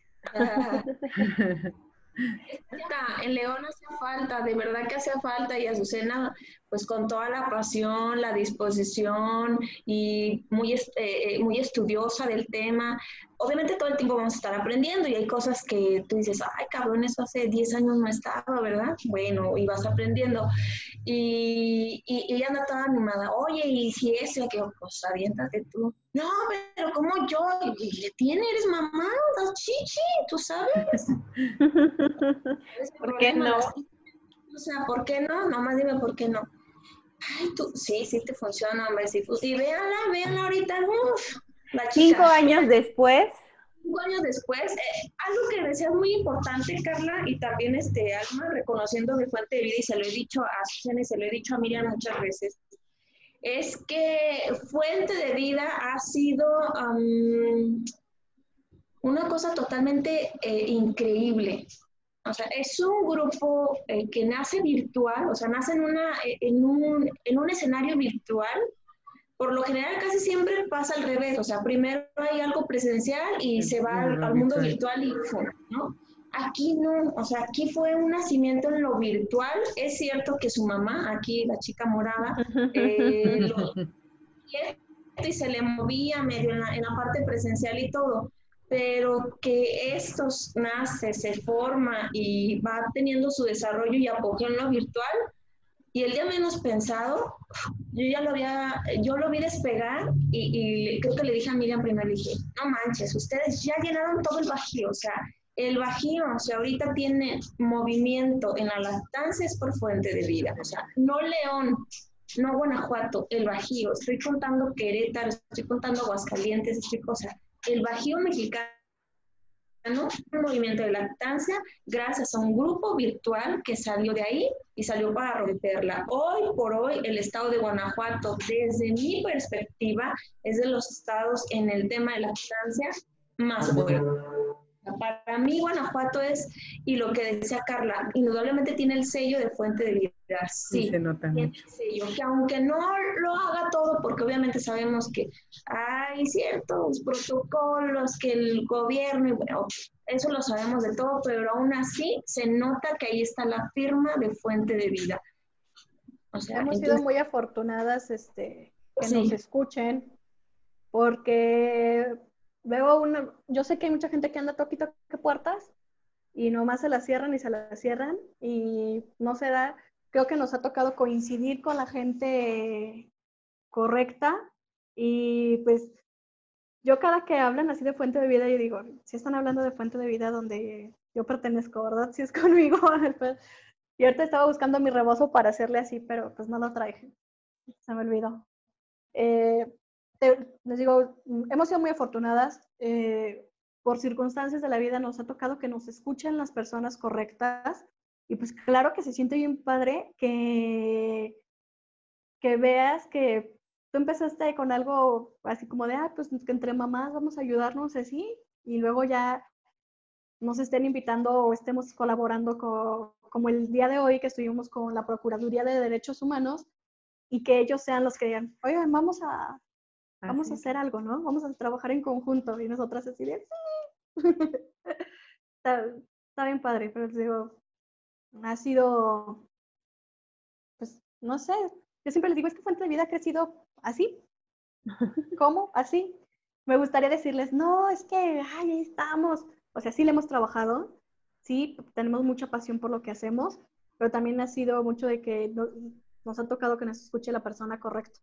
En León hace falta, de verdad que hace falta, y Azucena, pues con toda la pasión, la disposición y muy, eh, muy estudiosa del tema. Obviamente todo el tiempo vamos a estar aprendiendo y hay cosas que tú dices, ay cabrón, eso hace diez años no estaba, ¿verdad? Bueno, y vas aprendiendo. Y, y, y ella anda toda animada, oye, y si eso, que pues aviéntate tú. No, pero como yo, y le tiene, eres mamá, das chichi, tú sabes. ¿Por qué no? O sea, ¿por qué no? Nomás dime por qué no. Ay, tú, sí, sí te funciona, hombre, sí. Y véanla, véanla ahorita, uf, la chica. Cinco años después. Cinco años después, eh, algo que decías muy importante, Carla, y también este Alma, reconociendo mi fuente de vida, y se lo he dicho a Susana y se lo he dicho a Miriam muchas veces, es que fuente de vida ha sido um, una cosa totalmente eh, increíble. O sea, es un grupo eh, que nace virtual, o sea, nace en, una, en, un, en un escenario virtual. Por lo general casi siempre pasa al revés, o sea, primero hay algo presencial y se va al, al mundo virtual y ¿no? Aquí no, o sea, aquí fue un nacimiento en lo virtual. Es cierto que su mamá, aquí la chica morada, eh, lo, y se le movía medio en la, en la parte presencial y todo, pero que esto nace, se forma y va teniendo su desarrollo y apogeo en lo virtual, y el día menos pensado, yo ya lo había, yo lo vi despegar y, y creo que le dije a Miriam primero, le dije, no manches, ustedes ya llenaron todo el Bajío, o sea, el Bajío, o sea, ahorita tiene movimiento en la lactancia es por fuente de vida, o sea, no León, no Guanajuato, el Bajío, estoy contando Querétaro, estoy contando Aguascalientes, estoy cosa, el Bajío mexicano, un movimiento de lactancia gracias a un grupo virtual que salió de ahí y salió para romperla. Hoy por hoy el estado de Guanajuato, desde mi perspectiva, es de los estados en el tema de lactancia más fuerte. Para mí Guanajuato es, y lo que decía Carla, indudablemente tiene el sello de fuente de vida. Sí, sí se nota mucho. Sello, que aunque no lo haga todo, porque obviamente sabemos que hay ciertos protocolos que el gobierno, y bueno, eso lo sabemos de todo, pero aún así se nota que ahí está la firma de fuente de vida. O sea, hemos entonces, sido muy afortunadas este, que sí. nos escuchen, porque veo una, yo sé que hay mucha gente que anda toque toque puertas y nomás se las cierran y se las cierran y no se da, creo que nos ha tocado coincidir con la gente correcta y pues yo cada que hablan así de fuente de vida yo digo, si están hablando de fuente de vida donde yo pertenezco, ¿verdad? Si es conmigo. Y ahorita estaba buscando mi rebozo para hacerle así, pero pues no lo traje, se me olvidó. Eh, Te, les digo, hemos sido muy afortunadas, eh, por circunstancias de la vida nos ha tocado que nos escuchen las personas correctas y pues claro que se siente bien padre que, que veas que tú empezaste con algo así como de, ah, pues que entre mamás vamos a ayudarnos así, y luego ya nos estén invitando o estemos colaborando con, como el día de hoy que estuvimos con la Procuraduría de Derechos Humanos, y que ellos sean los que digan, oigan, vamos a, vamos a hacer algo, ¿no? Vamos a trabajar en conjunto, y nosotras así de, sí. está, está bien padre, pero les digo, ha sido, pues, no sé, yo siempre les digo, es que Fuente de Vida ha crecido así. ¿Cómo? Así. Me gustaría decirles, no, es que, ay, ahí estamos. O sea, sí le hemos trabajado, sí, tenemos mucha pasión por lo que hacemos, pero también ha sido mucho de que no, nos ha tocado que nos escuche la persona correcta.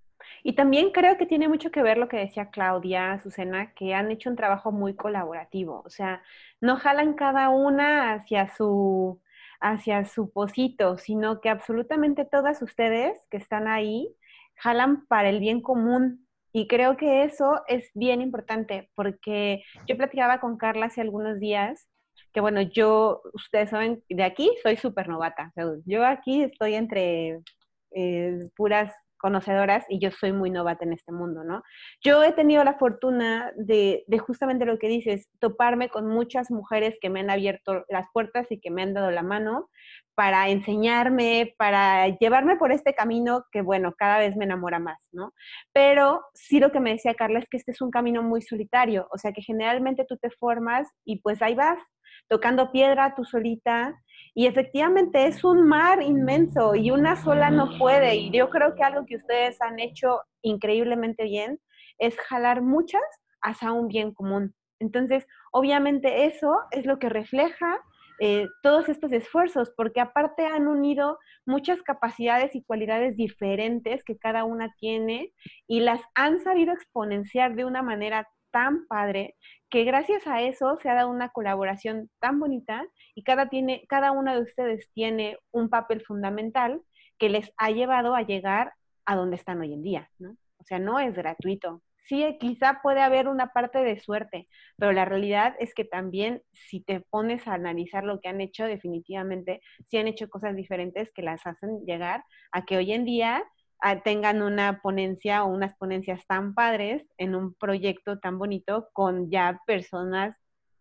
Y también creo que tiene mucho que ver lo que decía Claudia, Azucena, que han hecho un trabajo muy colaborativo. O sea, no jalan cada una hacia su, hacia su pocito, sino que absolutamente todas ustedes que están ahí jalan para el bien común. Y creo que eso es bien importante, porque yo platicaba con Carla hace algunos días, que bueno, yo, ustedes saben, de aquí soy súper novata. O sea, yo aquí estoy entre eh, puras conocedoras y yo soy muy novata en este mundo, ¿no? Yo he tenido la fortuna de, de justamente lo que dices, toparme con muchas mujeres que me han abierto las puertas y que me han dado la mano para enseñarme, para llevarme por este camino que, bueno, cada vez me enamora más, ¿no? Pero sí lo que me decía Carla es que este es un camino muy solitario, o sea que generalmente tú te formas y pues ahí vas, tocando piedra tú solita, y efectivamente es un mar inmenso y una sola no puede. Y yo creo que algo que ustedes han hecho increíblemente bien es jalar muchas hacia un bien común. Entonces, obviamente eso es lo que refleja eh, todos estos esfuerzos, porque aparte han unido muchas capacidades y cualidades diferentes que cada una tiene y las han sabido exponenciar de una manera tan padre que gracias a eso se ha dado una colaboración tan bonita y cada, tiene, cada una de ustedes tiene un papel fundamental que les ha llevado a llegar a donde están hoy en día, ¿no? O sea, no es gratuito. Sí, quizá puede haber una parte de suerte, pero la realidad es que también si te pones a analizar lo que han hecho, definitivamente sí han hecho cosas diferentes que las hacen llegar a que hoy en día tengan una ponencia o unas ponencias tan padres en un proyecto tan bonito con ya personas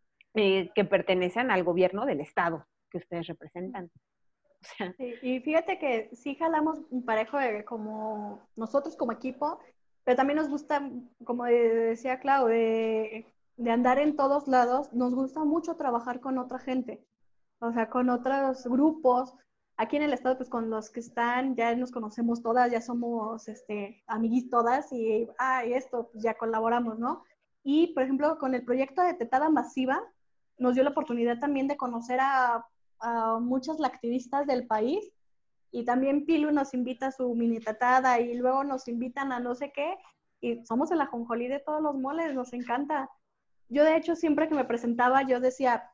eh, que pertenecen al gobierno del estado que ustedes representan. O sea, Sí, y fíjate que sí jalamos un parejo de, como nosotros como equipo, pero también nos gusta, como decía Clau, de, de andar en todos lados, nos gusta mucho trabajar con otra gente, o sea, con otros grupos. Aquí en el estado, pues con los que están, ya nos conocemos todas, ya somos este, amiguis todas y, ah, y esto, pues ya colaboramos, ¿no? Y, por ejemplo, con el proyecto de Tetada Masiva, nos dio la oportunidad también de conocer a, a muchas lactivistas del país, y también Pilu nos invita a su mini tatada y luego nos invitan a no sé qué, y somos el ajonjolí de todos los moles, nos encanta. Yo de hecho siempre que me presentaba yo decía,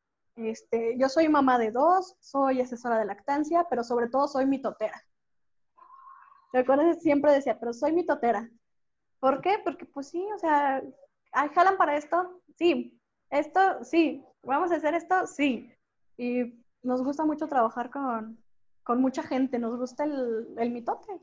este, yo soy mamá de dos, soy asesora de lactancia, pero sobre todo soy mitotera. ¿Te acuerdas? Siempre decía, pero soy mitotera. ¿Por qué? Porque pues sí, o sea, ¿jalan para esto? Sí. ¿Esto? Sí. ¿Vamos a hacer esto? Sí. Y nos gusta mucho trabajar con, con mucha gente, nos gusta el, el mitote.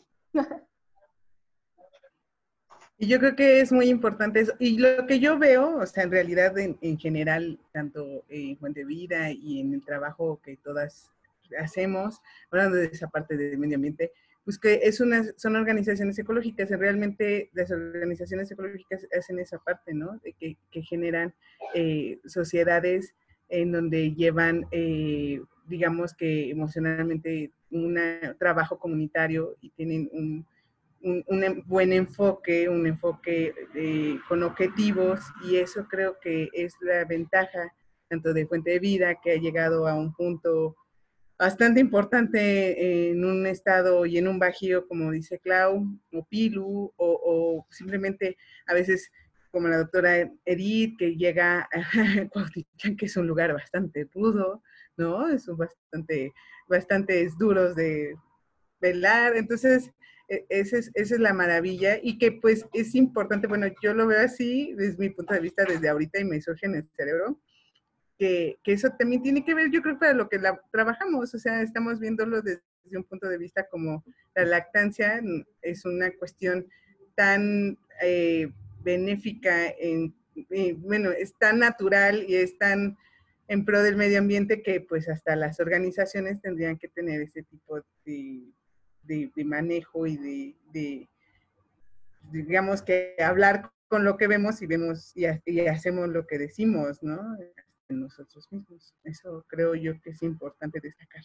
Y yo creo que es muy importante eso. Y lo que yo veo, o sea, en realidad en, en general, tanto en Fuente de Vida y en el trabajo que todas hacemos, hablando de esa parte del medio ambiente, pues que es una, son organizaciones ecológicas, y realmente las organizaciones ecológicas hacen esa parte, ¿no? De que, que generan eh, sociedades en donde llevan, eh, digamos que emocionalmente, un trabajo comunitario y tienen un Un, un, buen enfoque, un enfoque eh, con objetivos, y eso creo que es la ventaja tanto de Fuente de Vida, que ha llegado a un punto bastante importante en un estado y en un bajío, como dice Clau, o Pilu, o, o simplemente a veces como la doctora Edith, que llega a Cuautitlán, que es un lugar bastante rudo, ¿no? Son bastante, bastante duros de velar, entonces esa es, esa es la maravilla, y que pues es importante, bueno, yo lo veo así desde mi punto de vista desde ahorita y me surge en el cerebro, que, que eso también tiene que ver, yo creo, para lo que la, trabajamos, o sea, estamos viéndolo desde desde un punto de vista como la lactancia es una cuestión tan eh, benéfica, en, eh, bueno, es tan natural y es tan en pro del medio ambiente que pues hasta las organizaciones tendrían que tener ese tipo de, de, de manejo y de, de, digamos que hablar con lo que vemos y vemos y, y hacemos lo que decimos, ¿no? Nosotros mismos. Eso creo yo que es importante destacar.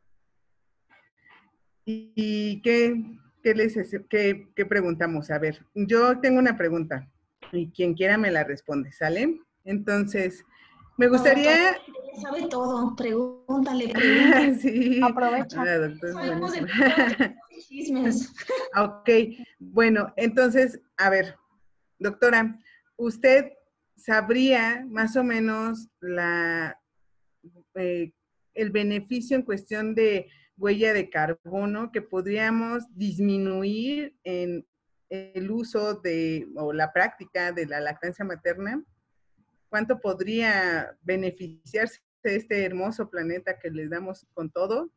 ¿Y qué, qué les qué, qué preguntamos? A ver, yo tengo una pregunta y quien quiera me la responde, ¿sale? Entonces, me gustaría... No, sabe todo, pregúntale, pregúntale. Sí, aprovecha. La doctora Sabemos de chismes. Ok, bueno, entonces, a ver, doctora, ¿usted sabría más o menos la, eh, el beneficio en cuestión de huella de carbono que podríamos disminuir en el uso de, o la práctica de la lactancia materna? ¿Cuánto podría beneficiarse de este hermoso planeta que les damos con todo?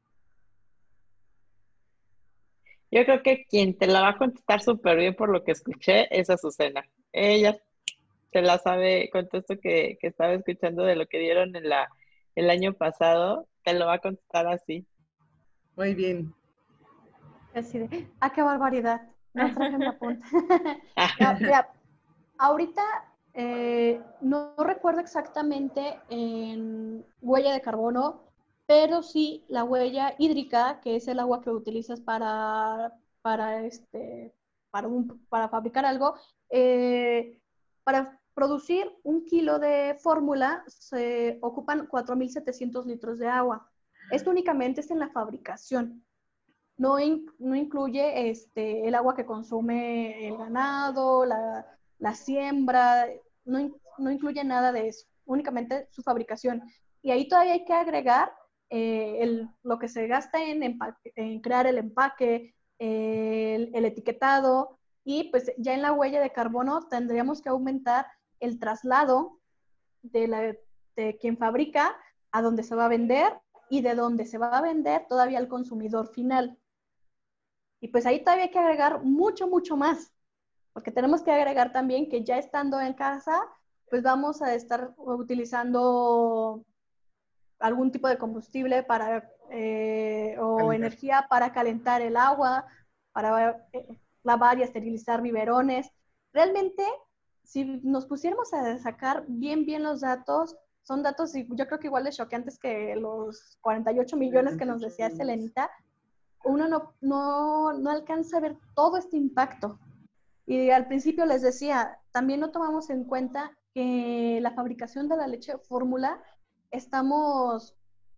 Yo creo que quien te la va a contestar súper bien por lo que escuché es Azucena. Ella te la sabe con todo esto que, que estaba escuchando de lo que dieron en la, el año pasado, te lo va a contestar así. Muy bien. Así de, ¡ah, qué barbaridad! No traje mi apunte. No, mira, ahorita eh, no recuerdo exactamente en huella de carbono, pero sí la huella hídrica, que es el agua que utilizas para, para, este, para, un, para fabricar algo. Eh, para producir un kilo de fórmula se ocupan cuatro mil setecientos litros de agua. Esto únicamente es en la fabricación. No, in, no incluye este, el agua que consume el ganado, la, la siembra, no, in, no incluye nada de eso, únicamente su fabricación. Y ahí todavía hay que agregar eh, el, lo que se gasta en, empaque, en crear el empaque, eh, el, el etiquetado, y pues ya en la huella de carbono tendríamos que aumentar el traslado de, la, de quien fabrica a donde se va a vender y de donde se va a vender todavía al consumidor final. Y pues ahí todavía hay que agregar mucho, mucho más, porque tenemos que agregar también que ya estando en casa, pues vamos a estar utilizando algún tipo de combustible para, eh, o calentar. energía para calentar el agua, para eh, lavar y esterilizar biberones. Realmente, si nos pusiéramos a sacar bien, bien los datos, son datos, yo creo que igual de choqueantes que los cuarenta y ocho millones que nos decía Selenita. Uno no, no, no alcanza a ver todo este impacto. Y al principio les decía, también no tomamos en cuenta que la fabricación de la leche fórmula, estamos,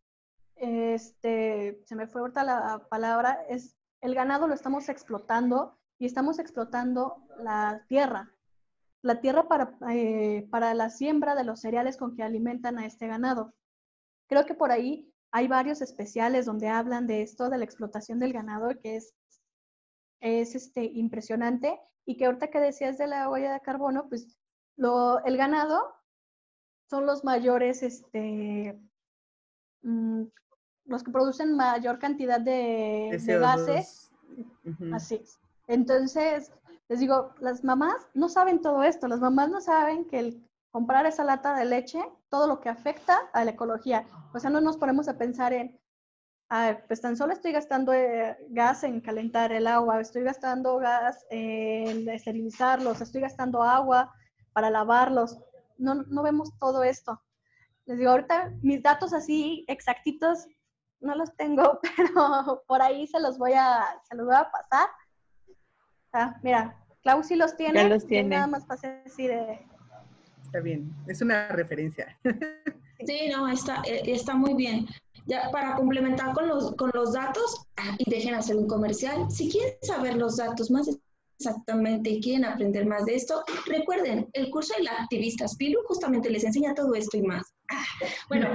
este, se me fue ahorita la palabra, es el ganado lo estamos explotando y estamos explotando la tierra. La tierra para, eh, para la siembra de los cereales con que alimentan a este ganado. Creo que por ahí hay varios especiales donde hablan de esto, de la explotación del ganado, que es, es este, impresionante, y que ahorita que decías de la huella de carbono, pues lo, el ganado son los mayores, este, mmm, los que producen mayor cantidad de, de gases. Uh-huh. Así es. Entonces, les digo, las mamás no saben todo esto, las mamás no saben que el comprar esa lata de leche, todo lo que afecta a la ecología. O sea, no nos ponemos a pensar en, ah, pues tan solo estoy gastando eh, gas en calentar el agua, estoy gastando gas en esterilizarlos, estoy gastando agua para lavarlos. No, no vemos todo esto. Les digo, ahorita mis datos así exactitos no los tengo, pero por ahí se los voy a, se los voy a pasar. Ah, mira, Clau sí los tiene. Ya los tiene. Nada más pasé así de... Está bien, es una referencia. Sí, no, está, está muy bien. Ya para complementar con los, con los datos, ah, y dejen hacer un comercial, si quieren saber los datos más exactamente y quieren aprender más de esto, recuerden, el curso de la activista Pilu justamente les enseña todo esto y más. Ah, bueno,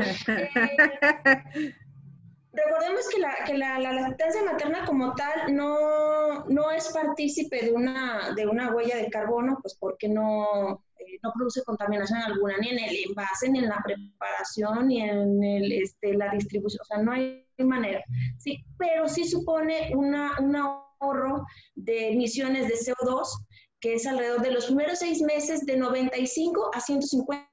eh, recordemos que, la, que la, la lactancia materna como tal no, no es partícipe de una, de una huella de carbono, pues porque no, eh, no produce contaminación alguna, ni en el envase, ni en la preparación, ni en el, este, la distribución, o sea, no hay manera, ¿sí? Pero sí supone una, un ahorro de emisiones de C O dos, que es alrededor de los primeros seis meses de noventa y cinco a ciento cincuenta,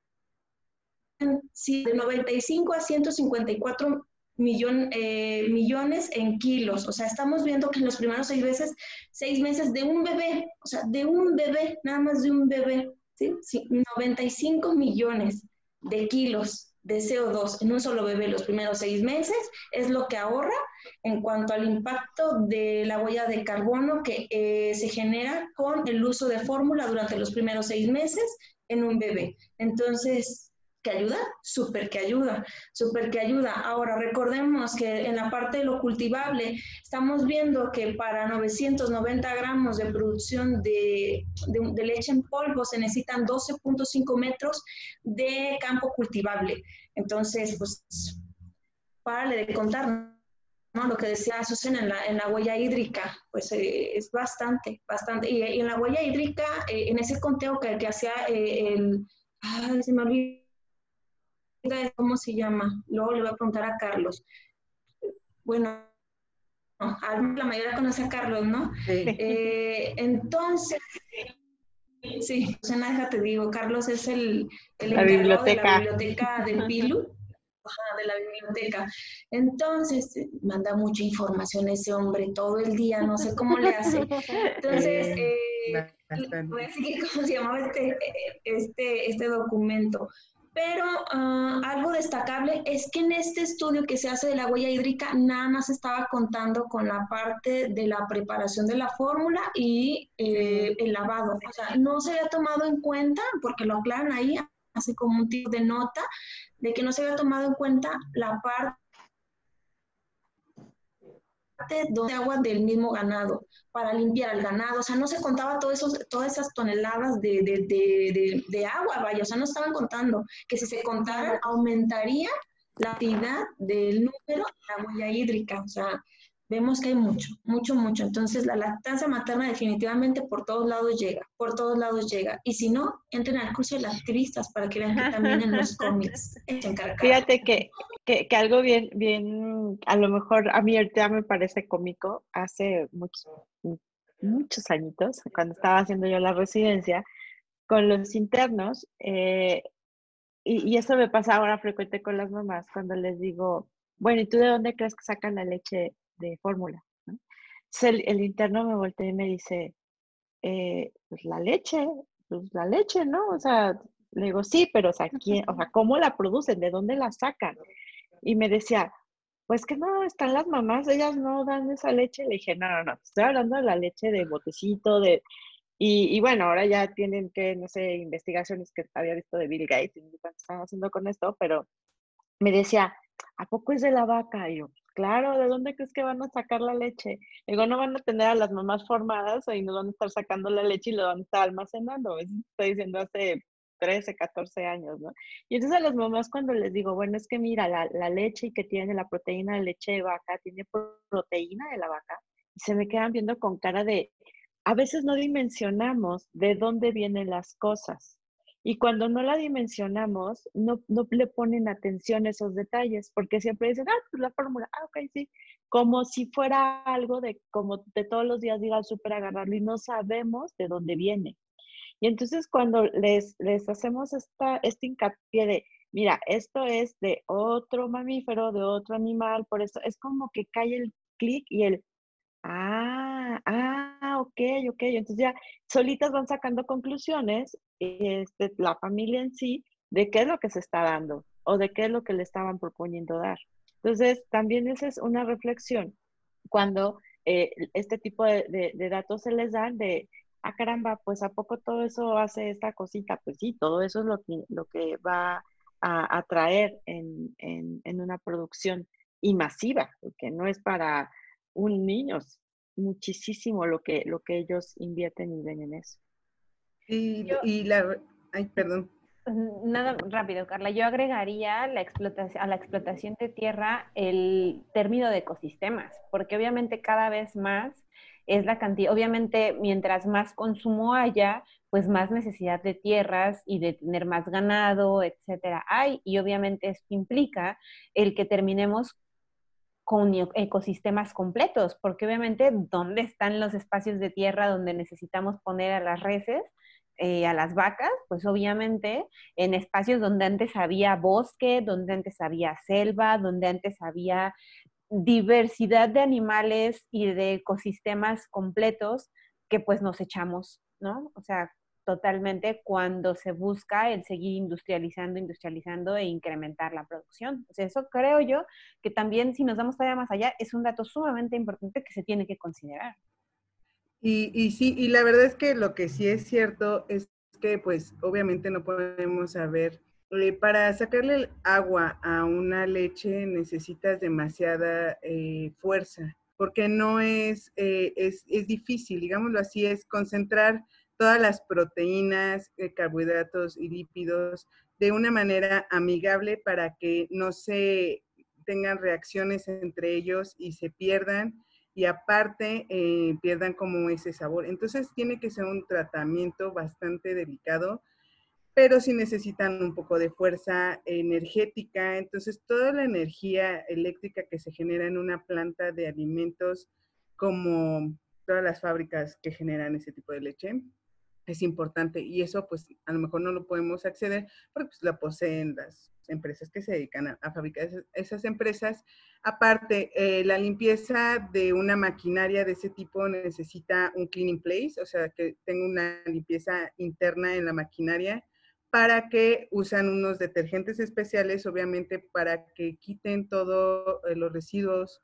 sí, de noventa y cinco a ciento cincuenta y cuatro millón, eh, millones en kilos. O sea, estamos viendo que en los primeros seis meses, seis meses de un bebé, o sea, de un bebé, nada más de un bebé, ¿sí? Sí, noventa y cinco millones de kilos de C O dos en un solo bebé los primeros seis meses es lo que ahorra en cuanto al impacto de la huella de carbono que eh, se genera con el uso de fórmula durante los primeros seis meses en un bebé. Entonces, ¿que ayuda? Súper que ayuda, súper que ayuda. Ahora, recordemos que en la parte de lo cultivable, estamos viendo que para novecientos noventa gramos de producción de, de, de leche en polvo se necesitan doce punto cinco metros de campo cultivable. Entonces, pues, párale de contar, ¿no? Lo que decía Susana en la, en la huella hídrica, pues eh, es bastante, bastante. Y, y en la huella hídrica, eh, en ese conteo que, que hacía eh, el... Ay, se me olvidó. ¿Cómo se llama? Luego le voy a preguntar a Carlos. Bueno, no, la mayoría conoce a Carlos, ¿no? Sí. Eh, entonces, sí, Susana, déjate digo, Carlos es el, el La encargado de la biblioteca. biblioteca de Pilu. Ajá, de la biblioteca. Entonces, manda mucha información ese hombre todo el día, no sé cómo le hace. Entonces, Eh, eh, bastante. voy a seguir cómo se llamaba este, este, este documento. Pero uh, algo destacable es que en este estudio que se hace de la huella hídrica nada más estaba contando con la parte de la preparación de la fórmula y eh, el lavado. O sea, no se había tomado en cuenta, porque lo aclaran ahí, así como un tipo de nota, de que no se había tomado en cuenta la parte de agua del mismo ganado para limpiar al ganado, o sea, no se contaba todo esos, todas esas toneladas de, de, de, de, de agua, vaya, o sea, no estaban contando, que si se contaran aumentaría la actividad del número de la huella hídrica, o sea, vemos que hay mucho, mucho, mucho. Entonces, la lactancia materna definitivamente por todos lados llega, por todos lados llega. Y si no, entren al curso de lactivistas para que vean que también en los cómics es encargado. Fíjate que, que, que algo bien, bien, a lo mejor a mí ahorita me parece cómico, hace muchos, muchos añitos, cuando estaba haciendo yo la residencia, con los internos, eh, y, y eso me pasa ahora frecuente con las mamás, cuando les digo, bueno, ¿y tú de dónde crees que sacan la leche de fórmula? ¿No? Entonces el, el interno me voltea y me dice, eh, pues la leche, pues la leche, ¿no? O sea, le digo, sí, pero o sea, ¿quién, o sea, ¿cómo la producen? ¿De dónde la sacan? Y me decía, pues que no, están las mamás, ellas no dan esa leche. Le dije, no, no, no, estoy hablando de la leche de botecito, de... Y, y bueno, ahora ya tienen que, no sé, investigaciones que había visto de Bill Gates, y no sé cuánto están haciendo con esto, pero me decía, ¿a poco es de la vaca? Y yo, claro, ¿de dónde crees que van a sacar la leche? Digo, no van a tener a las mamás formadas y nos van a estar sacando la leche y lo van a estar almacenando. Eso estoy diciendo hace trece, catorce años, ¿no? Y entonces a las mamás cuando les digo, bueno, es que mira, la, la leche que tiene la proteína de leche de vaca, tiene proteína de la vaca, y se me quedan viendo con cara de, a veces no dimensionamos de dónde vienen las cosas. Y cuando no la dimensionamos, no, no le ponen atención a esos detalles, porque siempre dicen, ah, pues la fórmula, ah, ok, sí, como si fuera algo de, como de todos los días ir al súper a agarrarlo y no sabemos de dónde viene. Y entonces cuando les, les hacemos esta, este hincapié de, mira, esto es de otro mamífero, de otro animal, por eso es como que cae el clic y el, ah, ah, ok, ok. Entonces ya solitas van sacando conclusiones, este, la familia en sí, de qué es lo que se está dando o de qué es lo que le estaban proponiendo dar. Entonces, también esa es una reflexión cuando eh, este tipo de, de, de datos se les dan de, ah, caramba, pues ¿a poco todo eso hace esta cosita? Pues sí, todo eso es lo que, lo que va a, a traer en, en, en una producción y masiva, porque no es para un niño, muchísimo lo que, lo que ellos invierten y ven en eso. Y, Yo- y la... Ay, perdón. Nada rápido, Carla. Yo agregaría la explotación, a la explotación de tierra el término de ecosistemas, porque obviamente cada vez más es la cantidad, obviamente mientras más consumo haya, pues más necesidad de tierras y de tener más ganado, etcétera, hay, y obviamente esto implica el que terminemos con ecosistemas completos, porque obviamente, ¿dónde están los espacios de tierra donde necesitamos poner a las reses, eh, a las vacas? Pues obviamente en espacios donde antes había bosque, donde antes había selva, donde antes había diversidad de animales y de ecosistemas completos que pues nos echamos, ¿no? O sea, totalmente cuando se busca el seguir industrializando, industrializando e incrementar la producción. O sea, eso creo yo que también, si nos damos todavía más allá, es un dato sumamente importante que se tiene que considerar. Y, y sí, y la verdad es que lo que sí es cierto es que pues obviamente no podemos saber, eh, para sacarle el agua a una leche necesitas demasiada eh, fuerza, porque no es, eh, es, es difícil, digámoslo así, es concentrar todas las proteínas, eh, carbohidratos y lípidos de una manera amigable para que no se tengan reacciones entre ellos y se pierdan y aparte eh, pierdan como ese sabor. Entonces tiene que ser un tratamiento bastante delicado, pero sí necesitan un poco de fuerza energética. Entonces toda la energía eléctrica que se genera en una planta de alimentos, como todas las fábricas que generan ese tipo de leche, es importante, y eso pues a lo mejor no lo podemos acceder porque pues la poseen las empresas que se dedican a, a fabricar esas, esas empresas. Aparte, eh, la limpieza de una maquinaria de ese tipo necesita un clean in place, o sea, que tenga una limpieza interna en la maquinaria, para que usan unos detergentes especiales, obviamente, para que quiten todos eh, los residuos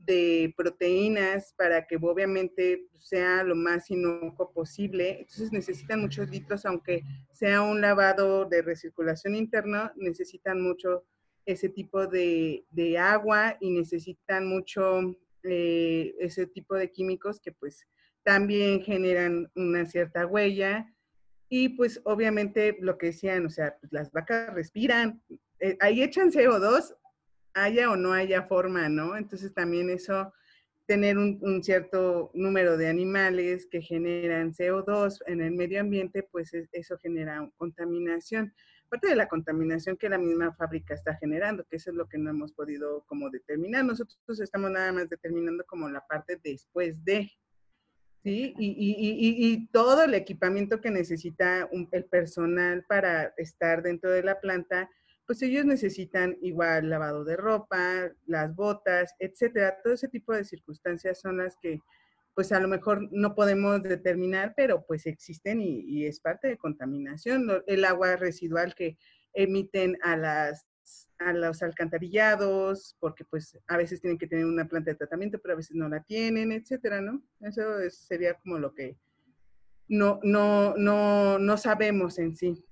de proteínas, para que obviamente sea lo más inocuo posible. Entonces necesitan muchos litros, aunque sea un lavado de recirculación interna, necesitan mucho ese tipo de, de agua y necesitan mucho eh, ese tipo de químicos que pues también generan una cierta huella. Y pues obviamente lo que decían, o sea, pues las vacas respiran, eh, ahí echan C O dos, haya o no haya forma, ¿no? Entonces también eso, tener un, un cierto número de animales que generan C O dos en el medio ambiente, pues es, eso genera contaminación. Aparte de la contaminación que la misma fábrica está generando, que eso es lo que no hemos podido como determinar. Nosotros estamos nada más determinando como la parte después de, ¿sí? Y, y, y, y todo el equipamiento que necesita un, el personal para estar dentro de la planta, pues ellos necesitan igual lavado de ropa, las botas, etcétera. Todo ese tipo de circunstancias son las que pues a lo mejor no podemos determinar, pero pues existen y, y es parte de contaminación. El agua residual que emiten a las a los alcantarillados, porque pues a veces tienen que tener una planta de tratamiento, pero a veces no la tienen, etcétera, ¿no? Eso es, sería como lo que no, no, no, no sabemos en sí.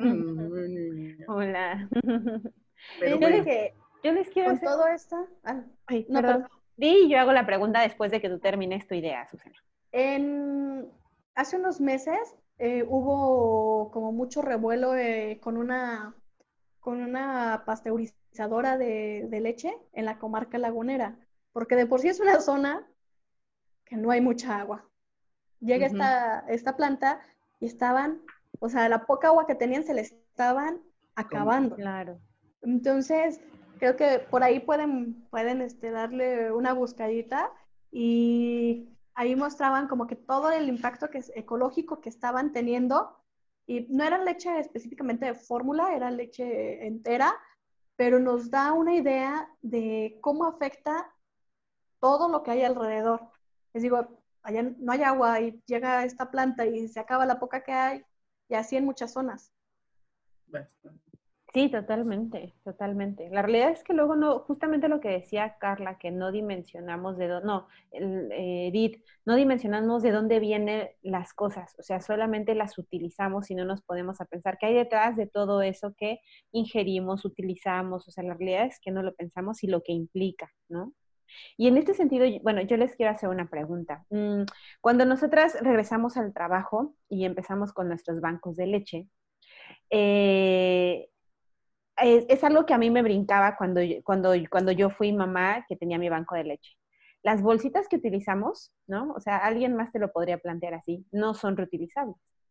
Hola. Pero yo, bueno. les, yo les quiero Con hacer... todo esto... Ah, Ay, no, perdón. perdón. Di, yo hago la pregunta después de que tú termines tu idea, Susana. En, hace unos meses eh, hubo como mucho revuelo eh, con una con una pasteurizadora de, de leche en la comarca lagunera, porque de por sí es una zona que no hay mucha agua. Llega Uh-huh. esta, esta planta y estaban, o sea, la poca agua que tenían se le estaban acabando. Claro. Entonces, creo que por ahí pueden, pueden este, darle una buscadita y ahí mostraban como que todo el impacto que es ecológico que estaban teniendo. Y no era leche específicamente de fórmula, era leche entera, pero nos da una idea de cómo afecta todo lo que hay alrededor. Les digo, allá no hay agua y llega esta planta y se acaba la poca que hay, y así en muchas zonas. Bastante. Sí, totalmente, totalmente. La realidad es que luego no, justamente lo que decía Carla, que no dimensionamos de dónde, no, el, eh, Edith, no dimensionamos de dónde vienen las cosas, o sea, solamente las utilizamos y no nos podemos a pensar qué hay detrás de todo eso que ingerimos, utilizamos, o sea, la realidad es que no lo pensamos y lo que implica, ¿no? Y en este sentido, bueno, yo les quiero hacer una pregunta. Cuando nosotras regresamos al trabajo y empezamos con nuestros bancos de leche, eh, Es, es algo que a mí me brincaba cuando, cuando, cuando yo fui mamá que tenía mi banco de leche. Las bolsitas que utilizamos, ¿no? O sea, alguien más te lo podría plantear así, no son reutilizables.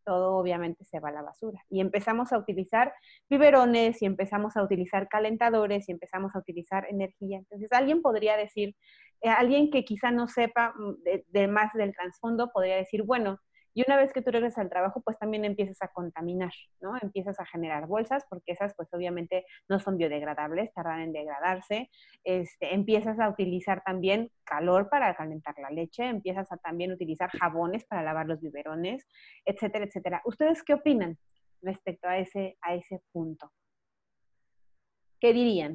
todo obviamente se va a la basura. Y empezamos a utilizar biberones, y empezamos a utilizar calentadores, y empezamos a utilizar energía. Entonces, alguien podría decir, eh, alguien que quizá no sepa de, de más del trasfondo, podría decir, bueno, y una vez que tú regresas al trabajo, pues también empiezas a contaminar, ¿no? Empiezas a generar bolsas, porque esas pues obviamente no son biodegradables, tardan en degradarse. Este, empiezas a utilizar también calor para calentar la leche, empiezas a también utilizar jabones para lavar los biberones, etcétera, etcétera. ¿Ustedes qué opinan respecto a ese, a ese punto? ¿Qué dirían?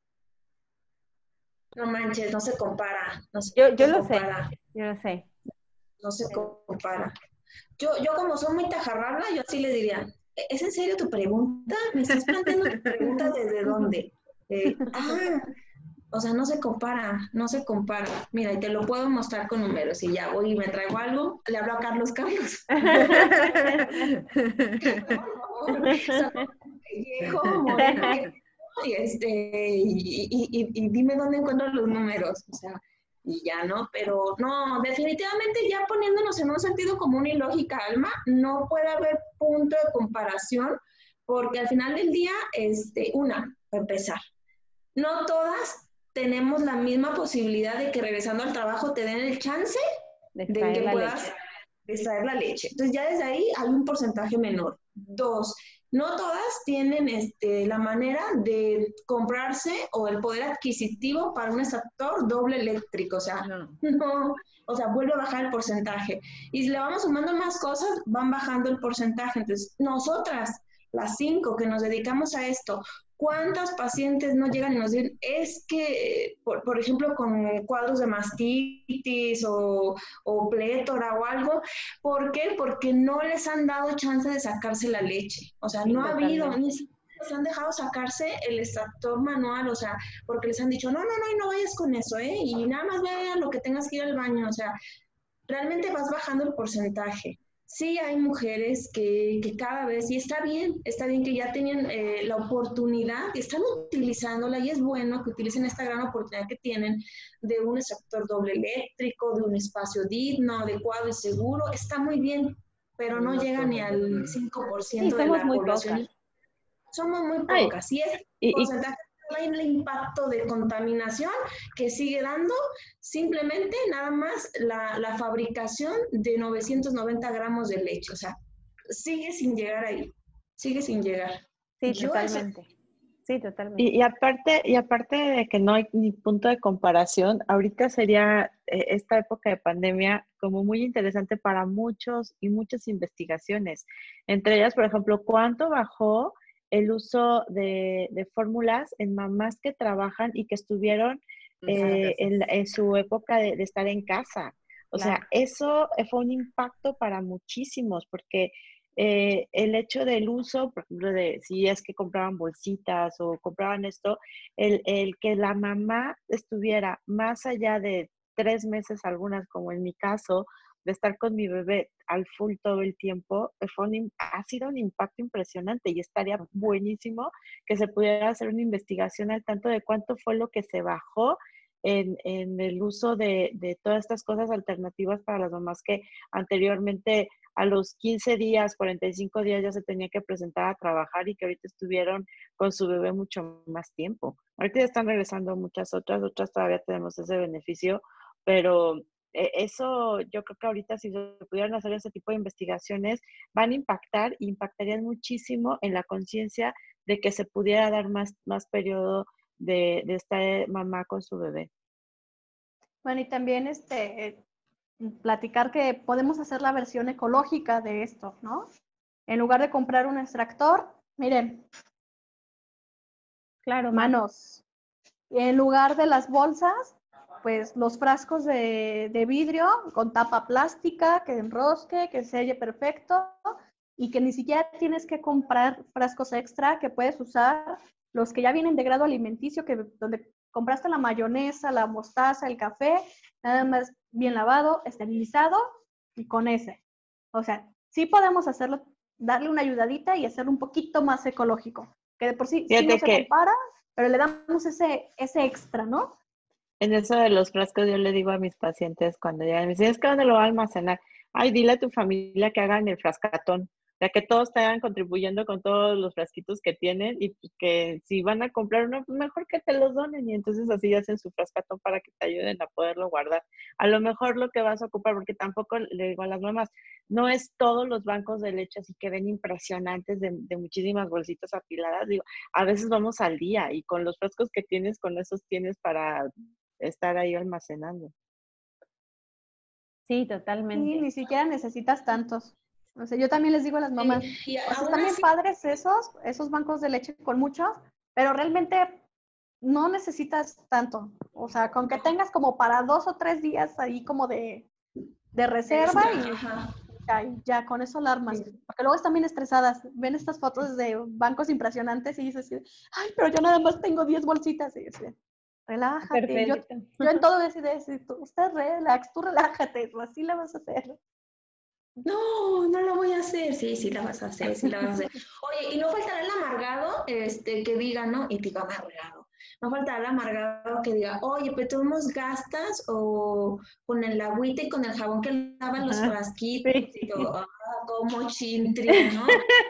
No manches, no se compara. No se Yo, yo lo compara. sé, yo lo sé. No se compara. Yo, yo como soy muy tajarrabla, yo así le diría, ¿es en serio tu pregunta? ¿Me estás planteando tu pregunta desde dónde? Eh, ah, o sea, no se compara, no se compara. Mira, y te lo puedo mostrar con números. Y ya voy y me traigo algo, le hablo a Carlos Carlos. Viejo, moreno, y, este, y, y, y, y dime dónde encuentro los números. O sea, y ya, ¿no? Pero no, definitivamente ya poniéndonos en un sentido común y lógica, Alma, no puede haber punto de comparación, porque al final del día, este, una, para empezar, no todas tenemos la misma posibilidad de que regresando al trabajo te den el chance de, de que puedas extraer la leche. Entonces ya desde ahí hay un porcentaje menor. Dos, no todas tienen este, la manera de comprarse o el poder adquisitivo para un extractor doble eléctrico, o sea, no. no, o sea, vuelve a bajar el porcentaje. Y si le vamos sumando más cosas, van bajando el porcentaje. Entonces, nosotras, las cinco que nos dedicamos a esto, ¿cuántas pacientes no llegan y nos dicen, es que, por, por ejemplo, con cuadros de mastitis o, o plétora o algo? ¿Por qué? Porque no les han dado chance de sacarse la leche. O sea, sí, no totalmente. Ha habido, ni siquiera les han dejado sacarse el extractor manual, o sea, porque les han dicho, no, no, no, y no vayas con eso, ¿eh? Y nada más vean lo que tengas que ir al baño, o sea, realmente vas bajando el porcentaje. Sí hay mujeres que, que cada vez, y está bien, está bien que ya tenían eh, la oportunidad, que están utilizándola, y es bueno que utilicen esta gran oportunidad que tienen de un extractor doble eléctrico, de un espacio digno, adecuado y seguro, está muy bien, pero no, no llega ni al cinco por ciento sí, de la población. Pocas. Somos muy pocas, Ay, y es y, porcentaje y... el impacto de contaminación que sigue dando simplemente nada más la, la fabricación de novecientos noventa gramos de leche, o sea, sigue sin llegar ahí, sigue sin llegar. Sí, Yo totalmente. Ese... Sí, totalmente. Y, y, aparte, y aparte de que no hay ni punto de comparación, ahorita sería eh, esta época de pandemia como muy interesante para muchos y muchas investigaciones. Entre ellas, por ejemplo, ¿cuánto bajó el uso de, de fórmulas en mamás que trabajan y que estuvieron eh, en, en su época de, de estar en casa? O claro. sea, eso fue un impacto para muchísimos, porque eh, el hecho del uso, por ejemplo, de si es que compraban bolsitas o compraban esto, el, el que la mamá estuviera más allá de tres meses, algunas como en mi caso, de estar con mi bebé al full todo el tiempo, fue un, ha sido un impacto impresionante, y estaría buenísimo que se pudiera hacer una investigación al tanto de cuánto fue lo que se bajó en, en el uso de, de todas estas cosas alternativas para las mamás que anteriormente a los quince días, cuarenta y cinco días ya se tenía que presentar a trabajar, y que ahorita estuvieron con su bebé mucho más tiempo. Ahorita ya están regresando muchas otras, otras todavía tenemos ese beneficio, pero eso yo creo que ahorita si se pudieran hacer ese tipo de investigaciones van a impactar, impactarían muchísimo en la conciencia de que se pudiera dar más, más periodo de, de estar mamá con su bebé. Bueno, y también este, platicar que podemos hacer la versión ecológica de esto, ¿no? En lugar de comprar un extractor, miren, claro, manos. En lugar de las bolsas, pues los frascos de, de vidrio con tapa plástica, que enrosque, que selle perfecto, y que ni siquiera tienes que comprar frascos extra, que puedes usar los que ya vienen de grado alimenticio, que donde compraste la mayonesa, la mostaza, el café, nada más bien lavado, esterilizado, y con ese. O sea, sí podemos hacerlo, darle una ayudadita y hacerlo un poquito más ecológico, que de por sí, sí no se que... compara, pero le damos ese, ese extra, ¿no? En eso de los frascos yo le digo a mis pacientes cuando llegan, me dicen, es que ¿dónde lo va a almacenar? Ay, dile a tu familia que hagan el frascatón. sea, que todos estaban contribuyendo con todos los frasquitos que tienen y pues, que si van a comprar uno, pues mejor que te los donen y entonces así hacen su frascatón para que te ayuden a poderlo guardar. A lo mejor lo que vas a ocupar, porque tampoco le digo a las mamás, no es todos los bancos de leche así que ven impresionantes de, de muchísimas bolsitas apiladas. Digo, a veces vamos al día y con los frascos que tienes, con esos tienes para estar ahí almacenando. Sí, totalmente. Sí, ni siquiera necesitas tantos. O sea, yo también les digo a las mamás, Sí, y o sea, aún están bien así, padres esos, esos bancos de leche con muchos, pero realmente no necesitas tanto. O sea, con que tengas como para dos o tres días ahí como de, de reserva extra, y ajá. ya, y ya con eso alarmas. Sí. Porque luego están bien estresadas, ven estas fotos de bancos impresionantes y dices, ay, pero yo nada más tengo diez bolsitas. Y dices, relájate. Yo, Perfecto. yo en todo decía, usted relax, tú relájate, así la vas a hacer. No, no lo voy a hacer. Sí, sí la vas a hacer, sí la vas a hacer. Oye, y no faltará el amargado, este, que diga, ¿no? Y digo amargado. No faltará el amargado que diga, oye, pero tú nos gastas o con el agüita y con el jabón que lavan los Ajá, frasquitos sí. y todo, ah, como chintri, ¿no?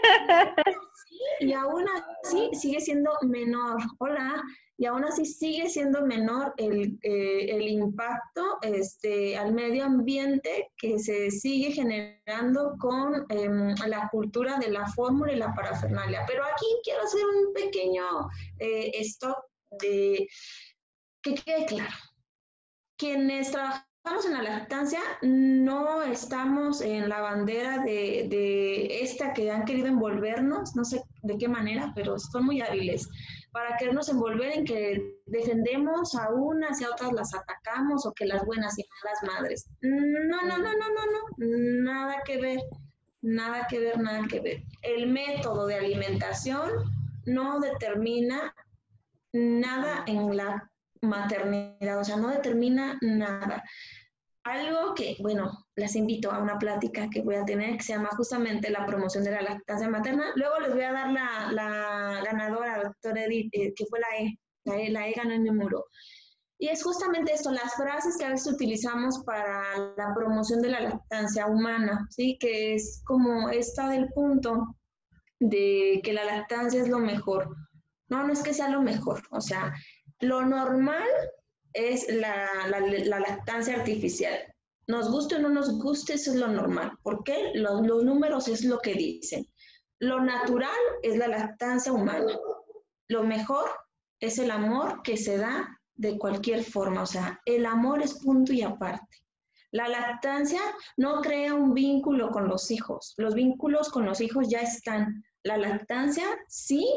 Y aún así sigue siendo menor. Hola. Y aún así sigue siendo menor el, eh, el impacto este, al medio ambiente que se sigue generando con eh, la cultura de la fórmula y la parafernalia. Pero aquí quiero hacer un pequeño eh, stop de que quede claro. Quienes trabajamos en la lactancia no estamos en la bandera de, de esta que han querido envolvernos, no sé de qué manera, pero son muy hábiles para querernos envolver en que defendemos a unas y a otras las atacamos o que las buenas y malas madres. No, no, no, no, no, no, nada que ver, nada que ver, nada que ver. El método de alimentación no determina nada en la maternidad, o sea, no determina nada. Algo que, bueno, las invito a una plática que voy a tener que se llama justamente la promoción de la lactancia materna. Luego les voy a dar la, la ganadora, doctora Edith, eh, que fue la E. La E, la E ganó en mi muro. Y es justamente esto, las frases que a veces utilizamos para la promoción de la lactancia humana, ¿sí? Que es como esta del punto de que la lactancia es lo mejor. No, no es que sea lo mejor, o sea, lo normal es la, la, la lactancia artificial. Nos guste o no nos guste, eso es lo normal. ¿Por qué? Los, los números es lo que dicen. Lo natural es la lactancia humana. Lo mejor es el amor que se da de cualquier forma. O sea, el amor es punto y aparte. La lactancia no crea un vínculo con los hijos. Los vínculos con los hijos ya están. La lactancia sí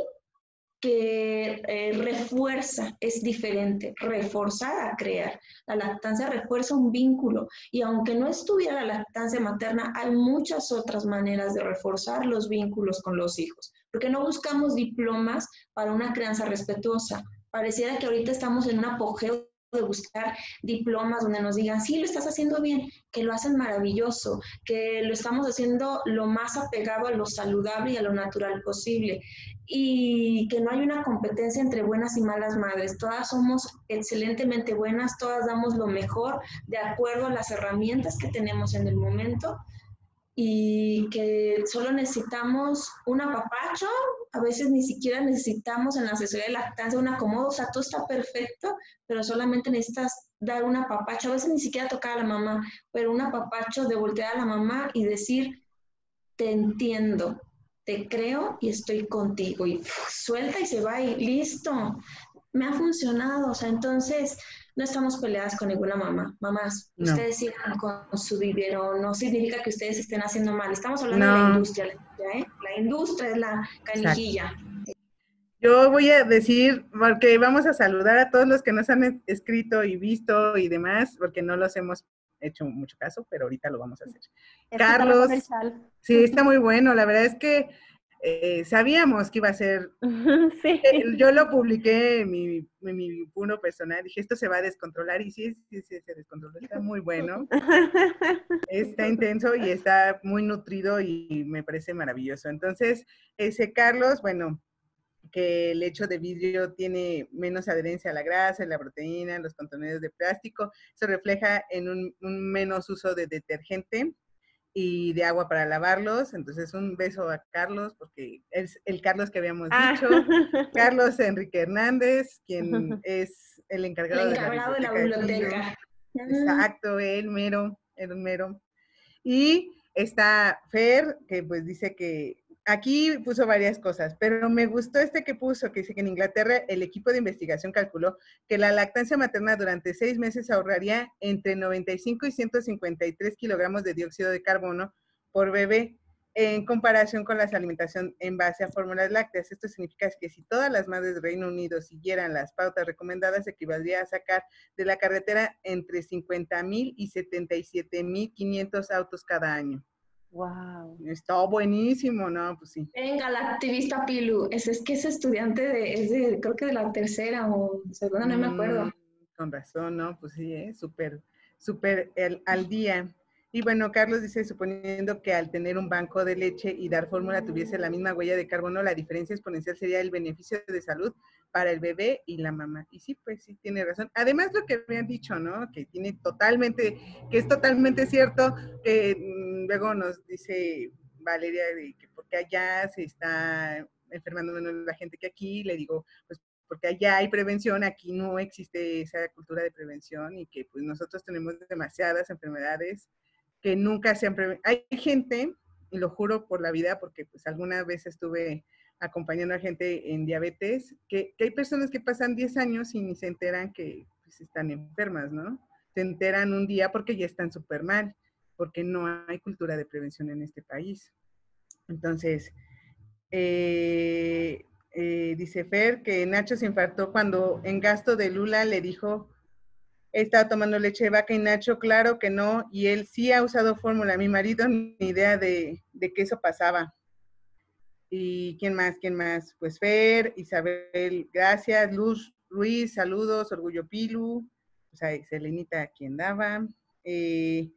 que eh, refuerza, es diferente, reforzar a crear. La lactancia refuerza un vínculo y aunque no estuviera la lactancia materna, hay muchas otras maneras de reforzar los vínculos con los hijos, porque no buscamos diplomas para una crianza respetuosa. Pareciera que ahorita estamos en un apogeo de buscar diplomas donde nos digan, sí, lo estás haciendo bien, que lo hacen maravilloso, que lo estamos haciendo lo más apegado a lo saludable y a lo natural posible, y que no hay una competencia entre buenas y malas madres. Todas somos excelentemente buenas, todas damos lo mejor de acuerdo a las herramientas que tenemos en el momento y que solo necesitamos un apapacho, a veces ni siquiera necesitamos en la asesoría de lactancia un acomodo, o sea, todo está perfecto, pero solamente necesitas dar un apapacho, a veces ni siquiera tocar a la mamá, pero un apapacho de voltear a la mamá y decir, te entiendo, te creo y estoy contigo, y uf, suelta y se va y listo, me ha funcionado, o sea, entonces no estamos peleadas con ninguna mamá. Mamás, No. ustedes sigan con su biberón, no significa que ustedes estén haciendo mal. Estamos hablando No. de la industria, la industria, ¿eh? La industria es la canijilla. Exacto. Yo voy a decir, porque vamos a saludar a todos los que nos han escrito y visto y demás, porque no los hemos hecho mucho caso, pero ahorita lo vamos a hacer. Es Carlos, que está el sí, está muy bueno, la verdad es que eh, sabíamos que iba a ser, sí. eh, yo lo publiqué en mi, en mi punto personal, dije, esto se va a descontrolar, y sí, sí, sí, se descontroló, está muy bueno, está intenso y está muy nutrido y me parece maravilloso. Entonces, ese Carlos, bueno, que el lecho de vidrio tiene menos adherencia a la grasa, a la proteína, los contenidos de plástico, se refleja en un, un menos uso de detergente y de agua para lavarlos. Entonces, un beso a Carlos, porque es el Carlos que habíamos Ah. dicho. Carlos Enrique Hernández, quien es el encargado, El encargado de la biblioteca. De la biblioteca. Exacto, él mero, el mero. Y está Fer, que pues dice que aquí puso varias cosas, pero me gustó este que puso, que dice que en Inglaterra el equipo de investigación calculó que la lactancia materna durante seis meses ahorraría entre noventa y cinco y ciento cincuenta y tres kilogramos de dióxido de carbono por bebé en comparación con la alimentación en base a fórmulas lácteas. Esto significa que si todas las madres del Reino Unido siguieran las pautas recomendadas, equivaldría a sacar de la carretera entre cincuenta mil y setenta y siete mil quinientos autos cada año. Wow. Está buenísimo, ¿no? Pues sí. Venga, la activista Pilu, es, es que es estudiante de, es de, creo que de la tercera o segunda, no me acuerdo. Mm, con razón, ¿no? Pues sí, ¿eh? Súper, súper al, al día. Y bueno, Carlos dice, suponiendo que al tener un banco de leche y dar fórmula tuviese la misma huella de carbono, la diferencia exponencial sería el beneficio de salud para el bebé y la mamá. Y sí, pues sí, tiene razón. Además, lo que habían dicho, ¿no? Que tiene totalmente, que es totalmente cierto, que mmm, luego nos dice Valeria de que porque allá se está enfermando menos la gente que aquí, le digo, pues porque allá hay prevención, aquí no existe esa cultura de prevención y que pues nosotros tenemos demasiadas enfermedades que nunca se han prevenido. Hay gente, y lo juro por la vida, porque pues alguna vez estuve acompañando a gente en diabetes, que, que hay personas que pasan diez años y ni se enteran que pues, están enfermas, ¿no? Se enteran un día porque ya están súper mal, porque no hay cultura de prevención en este país. Entonces, eh, eh, dice Fer que Nacho se infartó cuando en gasto de Lula le dijo, estaba tomando leche de vaca y Nacho, claro que no, y él sí ha usado fórmula. Mi marido ni idea de, de que eso pasaba. ¿Y quién más? ¿Quién más? Pues Fer, Isabel, gracias. Luz Ruiz, saludos. Orgullo Pilu. O sea, Selenita, quien daba. Eh,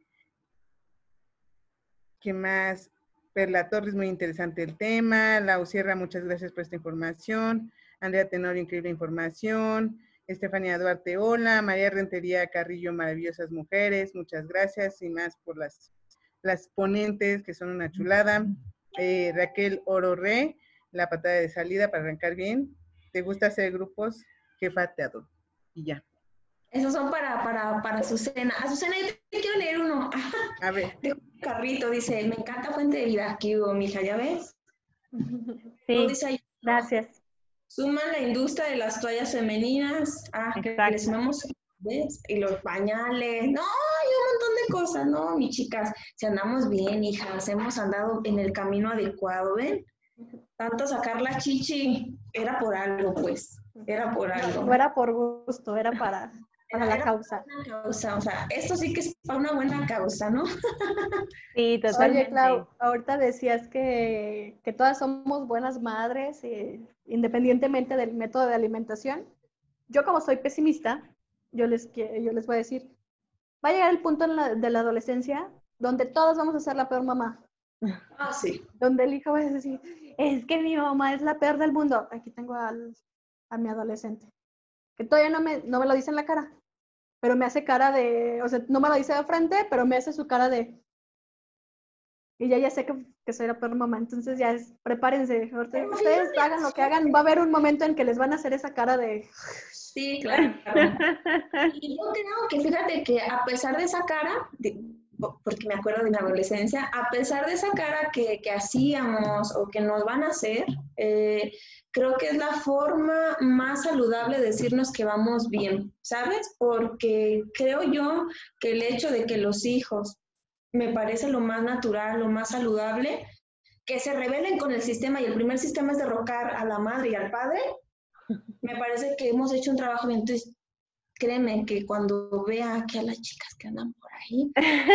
¿Qué más? Perla Torres, muy interesante el tema. Lau Sierra, muchas gracias por esta información. Andrea Tenorio, increíble información. Estefanía Duarte, hola. María Rentería Carrillo, maravillosas mujeres, muchas gracias. Y más por las, las ponentes, que son una chulada. Eh, Raquel Ororre, la patada de salida para arrancar bien. ¿Te gusta hacer grupos? Jefa, te adoro. Y ya. Esos son para, para, para Azucena. Azucena, yo te quiero leer uno. A ver. De Carrito, dice, me encanta Fuente de Vida. Aquí hubo, mija, ¿ya ves? Sí, Dice ahí, gracias. suman la industria de las toallas femeninas. Ah, que Exacto. le sumamos, ¿ves? Y los pañales. No, hay un montón de cosas, ¿no? Mis chicas, si andamos bien, hijas, hemos andado en el camino adecuado, ¿ven? Tanto sacar la chichi, era por algo, pues. Era por algo. No era por gusto, era para, para la causa. causa. O sea, esto sí que es para una buena causa, ¿no? Sí, totalmente. Oye, Clau, ahorita decías que, que todas somos buenas madres, eh, independientemente del método de alimentación. Yo, como soy pesimista, yo les, yo les voy a decir, va a llegar el punto en la, de la adolescencia donde todos vamos a ser la peor mamá. Ah, sí. Donde el hijo va a decir, es que mi mamá es la peor del mundo. Aquí tengo al, a mi adolescente, que todavía no me, no me lo dice en la cara, pero me hace cara de, o sea, no me lo dice de frente, pero me hace su cara de, y ya ya sé que, que soy la peor mamá, entonces ya es, prepárense, ustedes, ustedes hagan lo que hagan, va a haber un momento en que les van a hacer esa cara de... Sí, claro. Y yo creo que fíjate que a pesar de esa cara, de, porque me acuerdo de mi adolescencia, a pesar de esa cara que, que hacíamos o que nos van a hacer, eh, creo que es la forma más saludable de decirnos que vamos bien, ¿sabes? Porque creo yo que el hecho de que los hijos, me parece lo más natural, lo más saludable, que se rebelen con el sistema y el primer sistema es derrocar a la madre y al padre, me parece que hemos hecho un trabajo bien. Entonces, créeme que cuando vea que a las chicas que andan por ahí,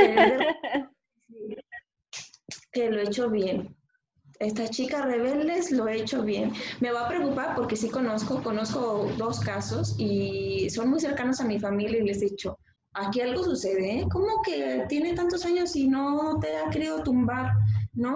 que, que lo he hecho bien. Estas chicas rebeldes lo he hecho bien. Me va a preocupar porque sí conozco, conozco dos casos y son muy cercanos a mi familia y les he dicho, aquí algo sucede, ¿eh? ¿Cómo que tiene tantos años y no te ha querido tumbar? ¿No?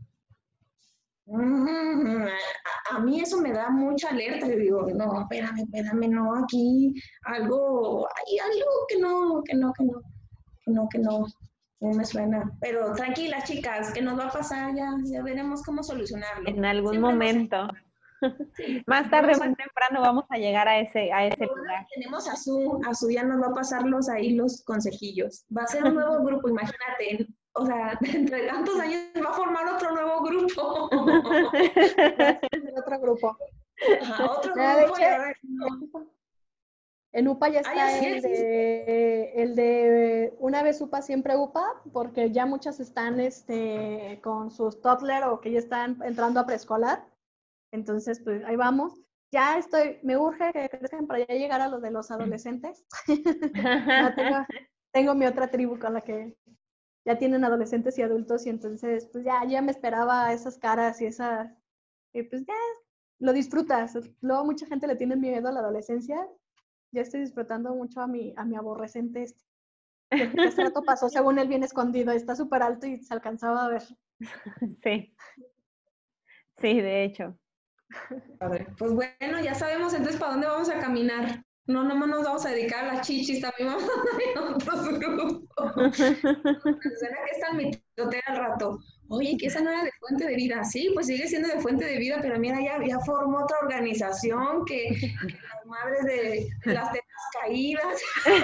A, a mí eso me da mucha alerta. Yo digo, no, espérame, espérame, no, aquí algo, hay algo que no, que no, que no, que no, que no. Sí, me suena. Pero tranquilas, chicas, que nos va a pasar, ya, ya veremos cómo solucionarlo. En algún Siempre momento. Sí. Más tarde, Vamos a- más temprano vamos a llegar a ese, a ese lugar. Tenemos a Su, a Su ya nos va a pasar los ahí los consejillos. Va a ser un nuevo grupo, imagínate. O sea, entre tantos años va a formar otro nuevo grupo. En otro grupo. Ajá, otro Ya, de grupo. y hecho, a ver, no. en UPA ya Ah, ya está sí el existe. de, el de una vez UPA, siempre UPA, porque ya muchas están este, con sus toddler o que ya están entrando a preescolar. Entonces, pues ahí vamos. Ya estoy, me urge que crezcan para ya llegar a los de los adolescentes. No, tengo, tengo mi otra tribu con la que ya tienen adolescentes y adultos y entonces, pues ya, ya me esperaba esas caras y esas, y pues ya lo disfrutas. Luego mucha gente le tiene miedo a la adolescencia. Ya estoy disfrutando mucho a mi, a mi aborrecente este. Que hace rato pasó según él bien escondido, está súper alto y se alcanzaba a ver. Sí, sí, de hecho. Padre. Pues bueno, ya sabemos entonces para dónde vamos a caminar. No, no nos vamos a dedicar a las chichis, también vamos a ir a otros grupos. ¿Será que esta mitotera al rato? Oye, que esa no era de Fuente de Vida. Sí, pues sigue siendo de Fuente de Vida, pero mira, ya, ya formó otra organización que, que las madres de, de las tetas caídas.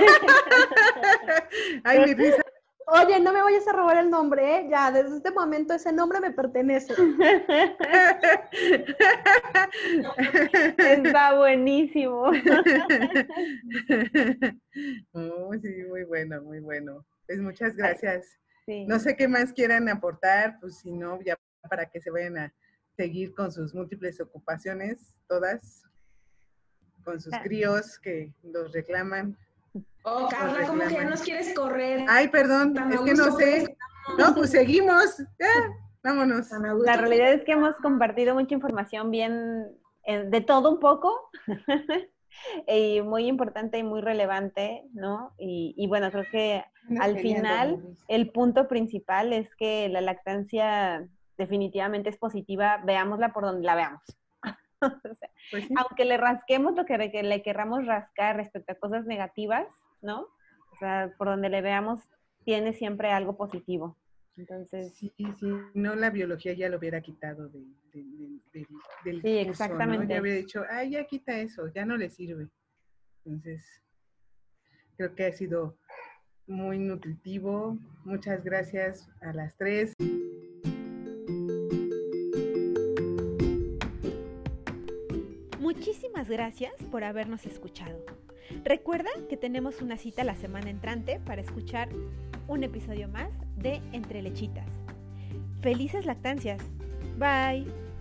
Ay, mi risa. Oye, no me vayas a robar el nombre, ¿eh? Ya, desde este momento ese nombre me pertenece. Está buenísimo. Oh, sí, muy bueno, muy bueno. Pues muchas gracias. Sí. No sé qué más quieran aportar, pues si no, ya para que se vayan a seguir con sus múltiples ocupaciones, todas, con sus críos que los reclaman. Oh, Carla, ¿cómo que ya nos quieres correr? Ay, perdón, Tan a es que no gusto, sé. pues. No, pues seguimos. Ya, vámonos. Tan a gusto. La realidad es que hemos compartido mucha información bien, eh, de todo un poco, y muy importante y muy relevante, ¿no? Y, y bueno, creo que al final el punto principal es que la lactancia definitivamente es positiva, veámosla por donde la veamos. O sea, Pues sí. aunque le rasquemos lo que, que le querramos rascar respecto a cosas negativas, ¿no? O sea, por donde le veamos, tiene siempre algo positivo. Entonces, sí, sí, no la biología ya lo hubiera quitado de, de, de, de, del sí, curso, exactamente. ¿no? Ya hubiera dicho, ay, ya quita eso, ya no le sirve. Entonces, creo que ha sido muy nutritivo. Muchas gracias a las tres. Muchísimas gracias por habernos escuchado. Recuerda que tenemos una cita la semana entrante para escuchar un episodio más de Entre Lechitas. ¡Felices lactancias! Bye.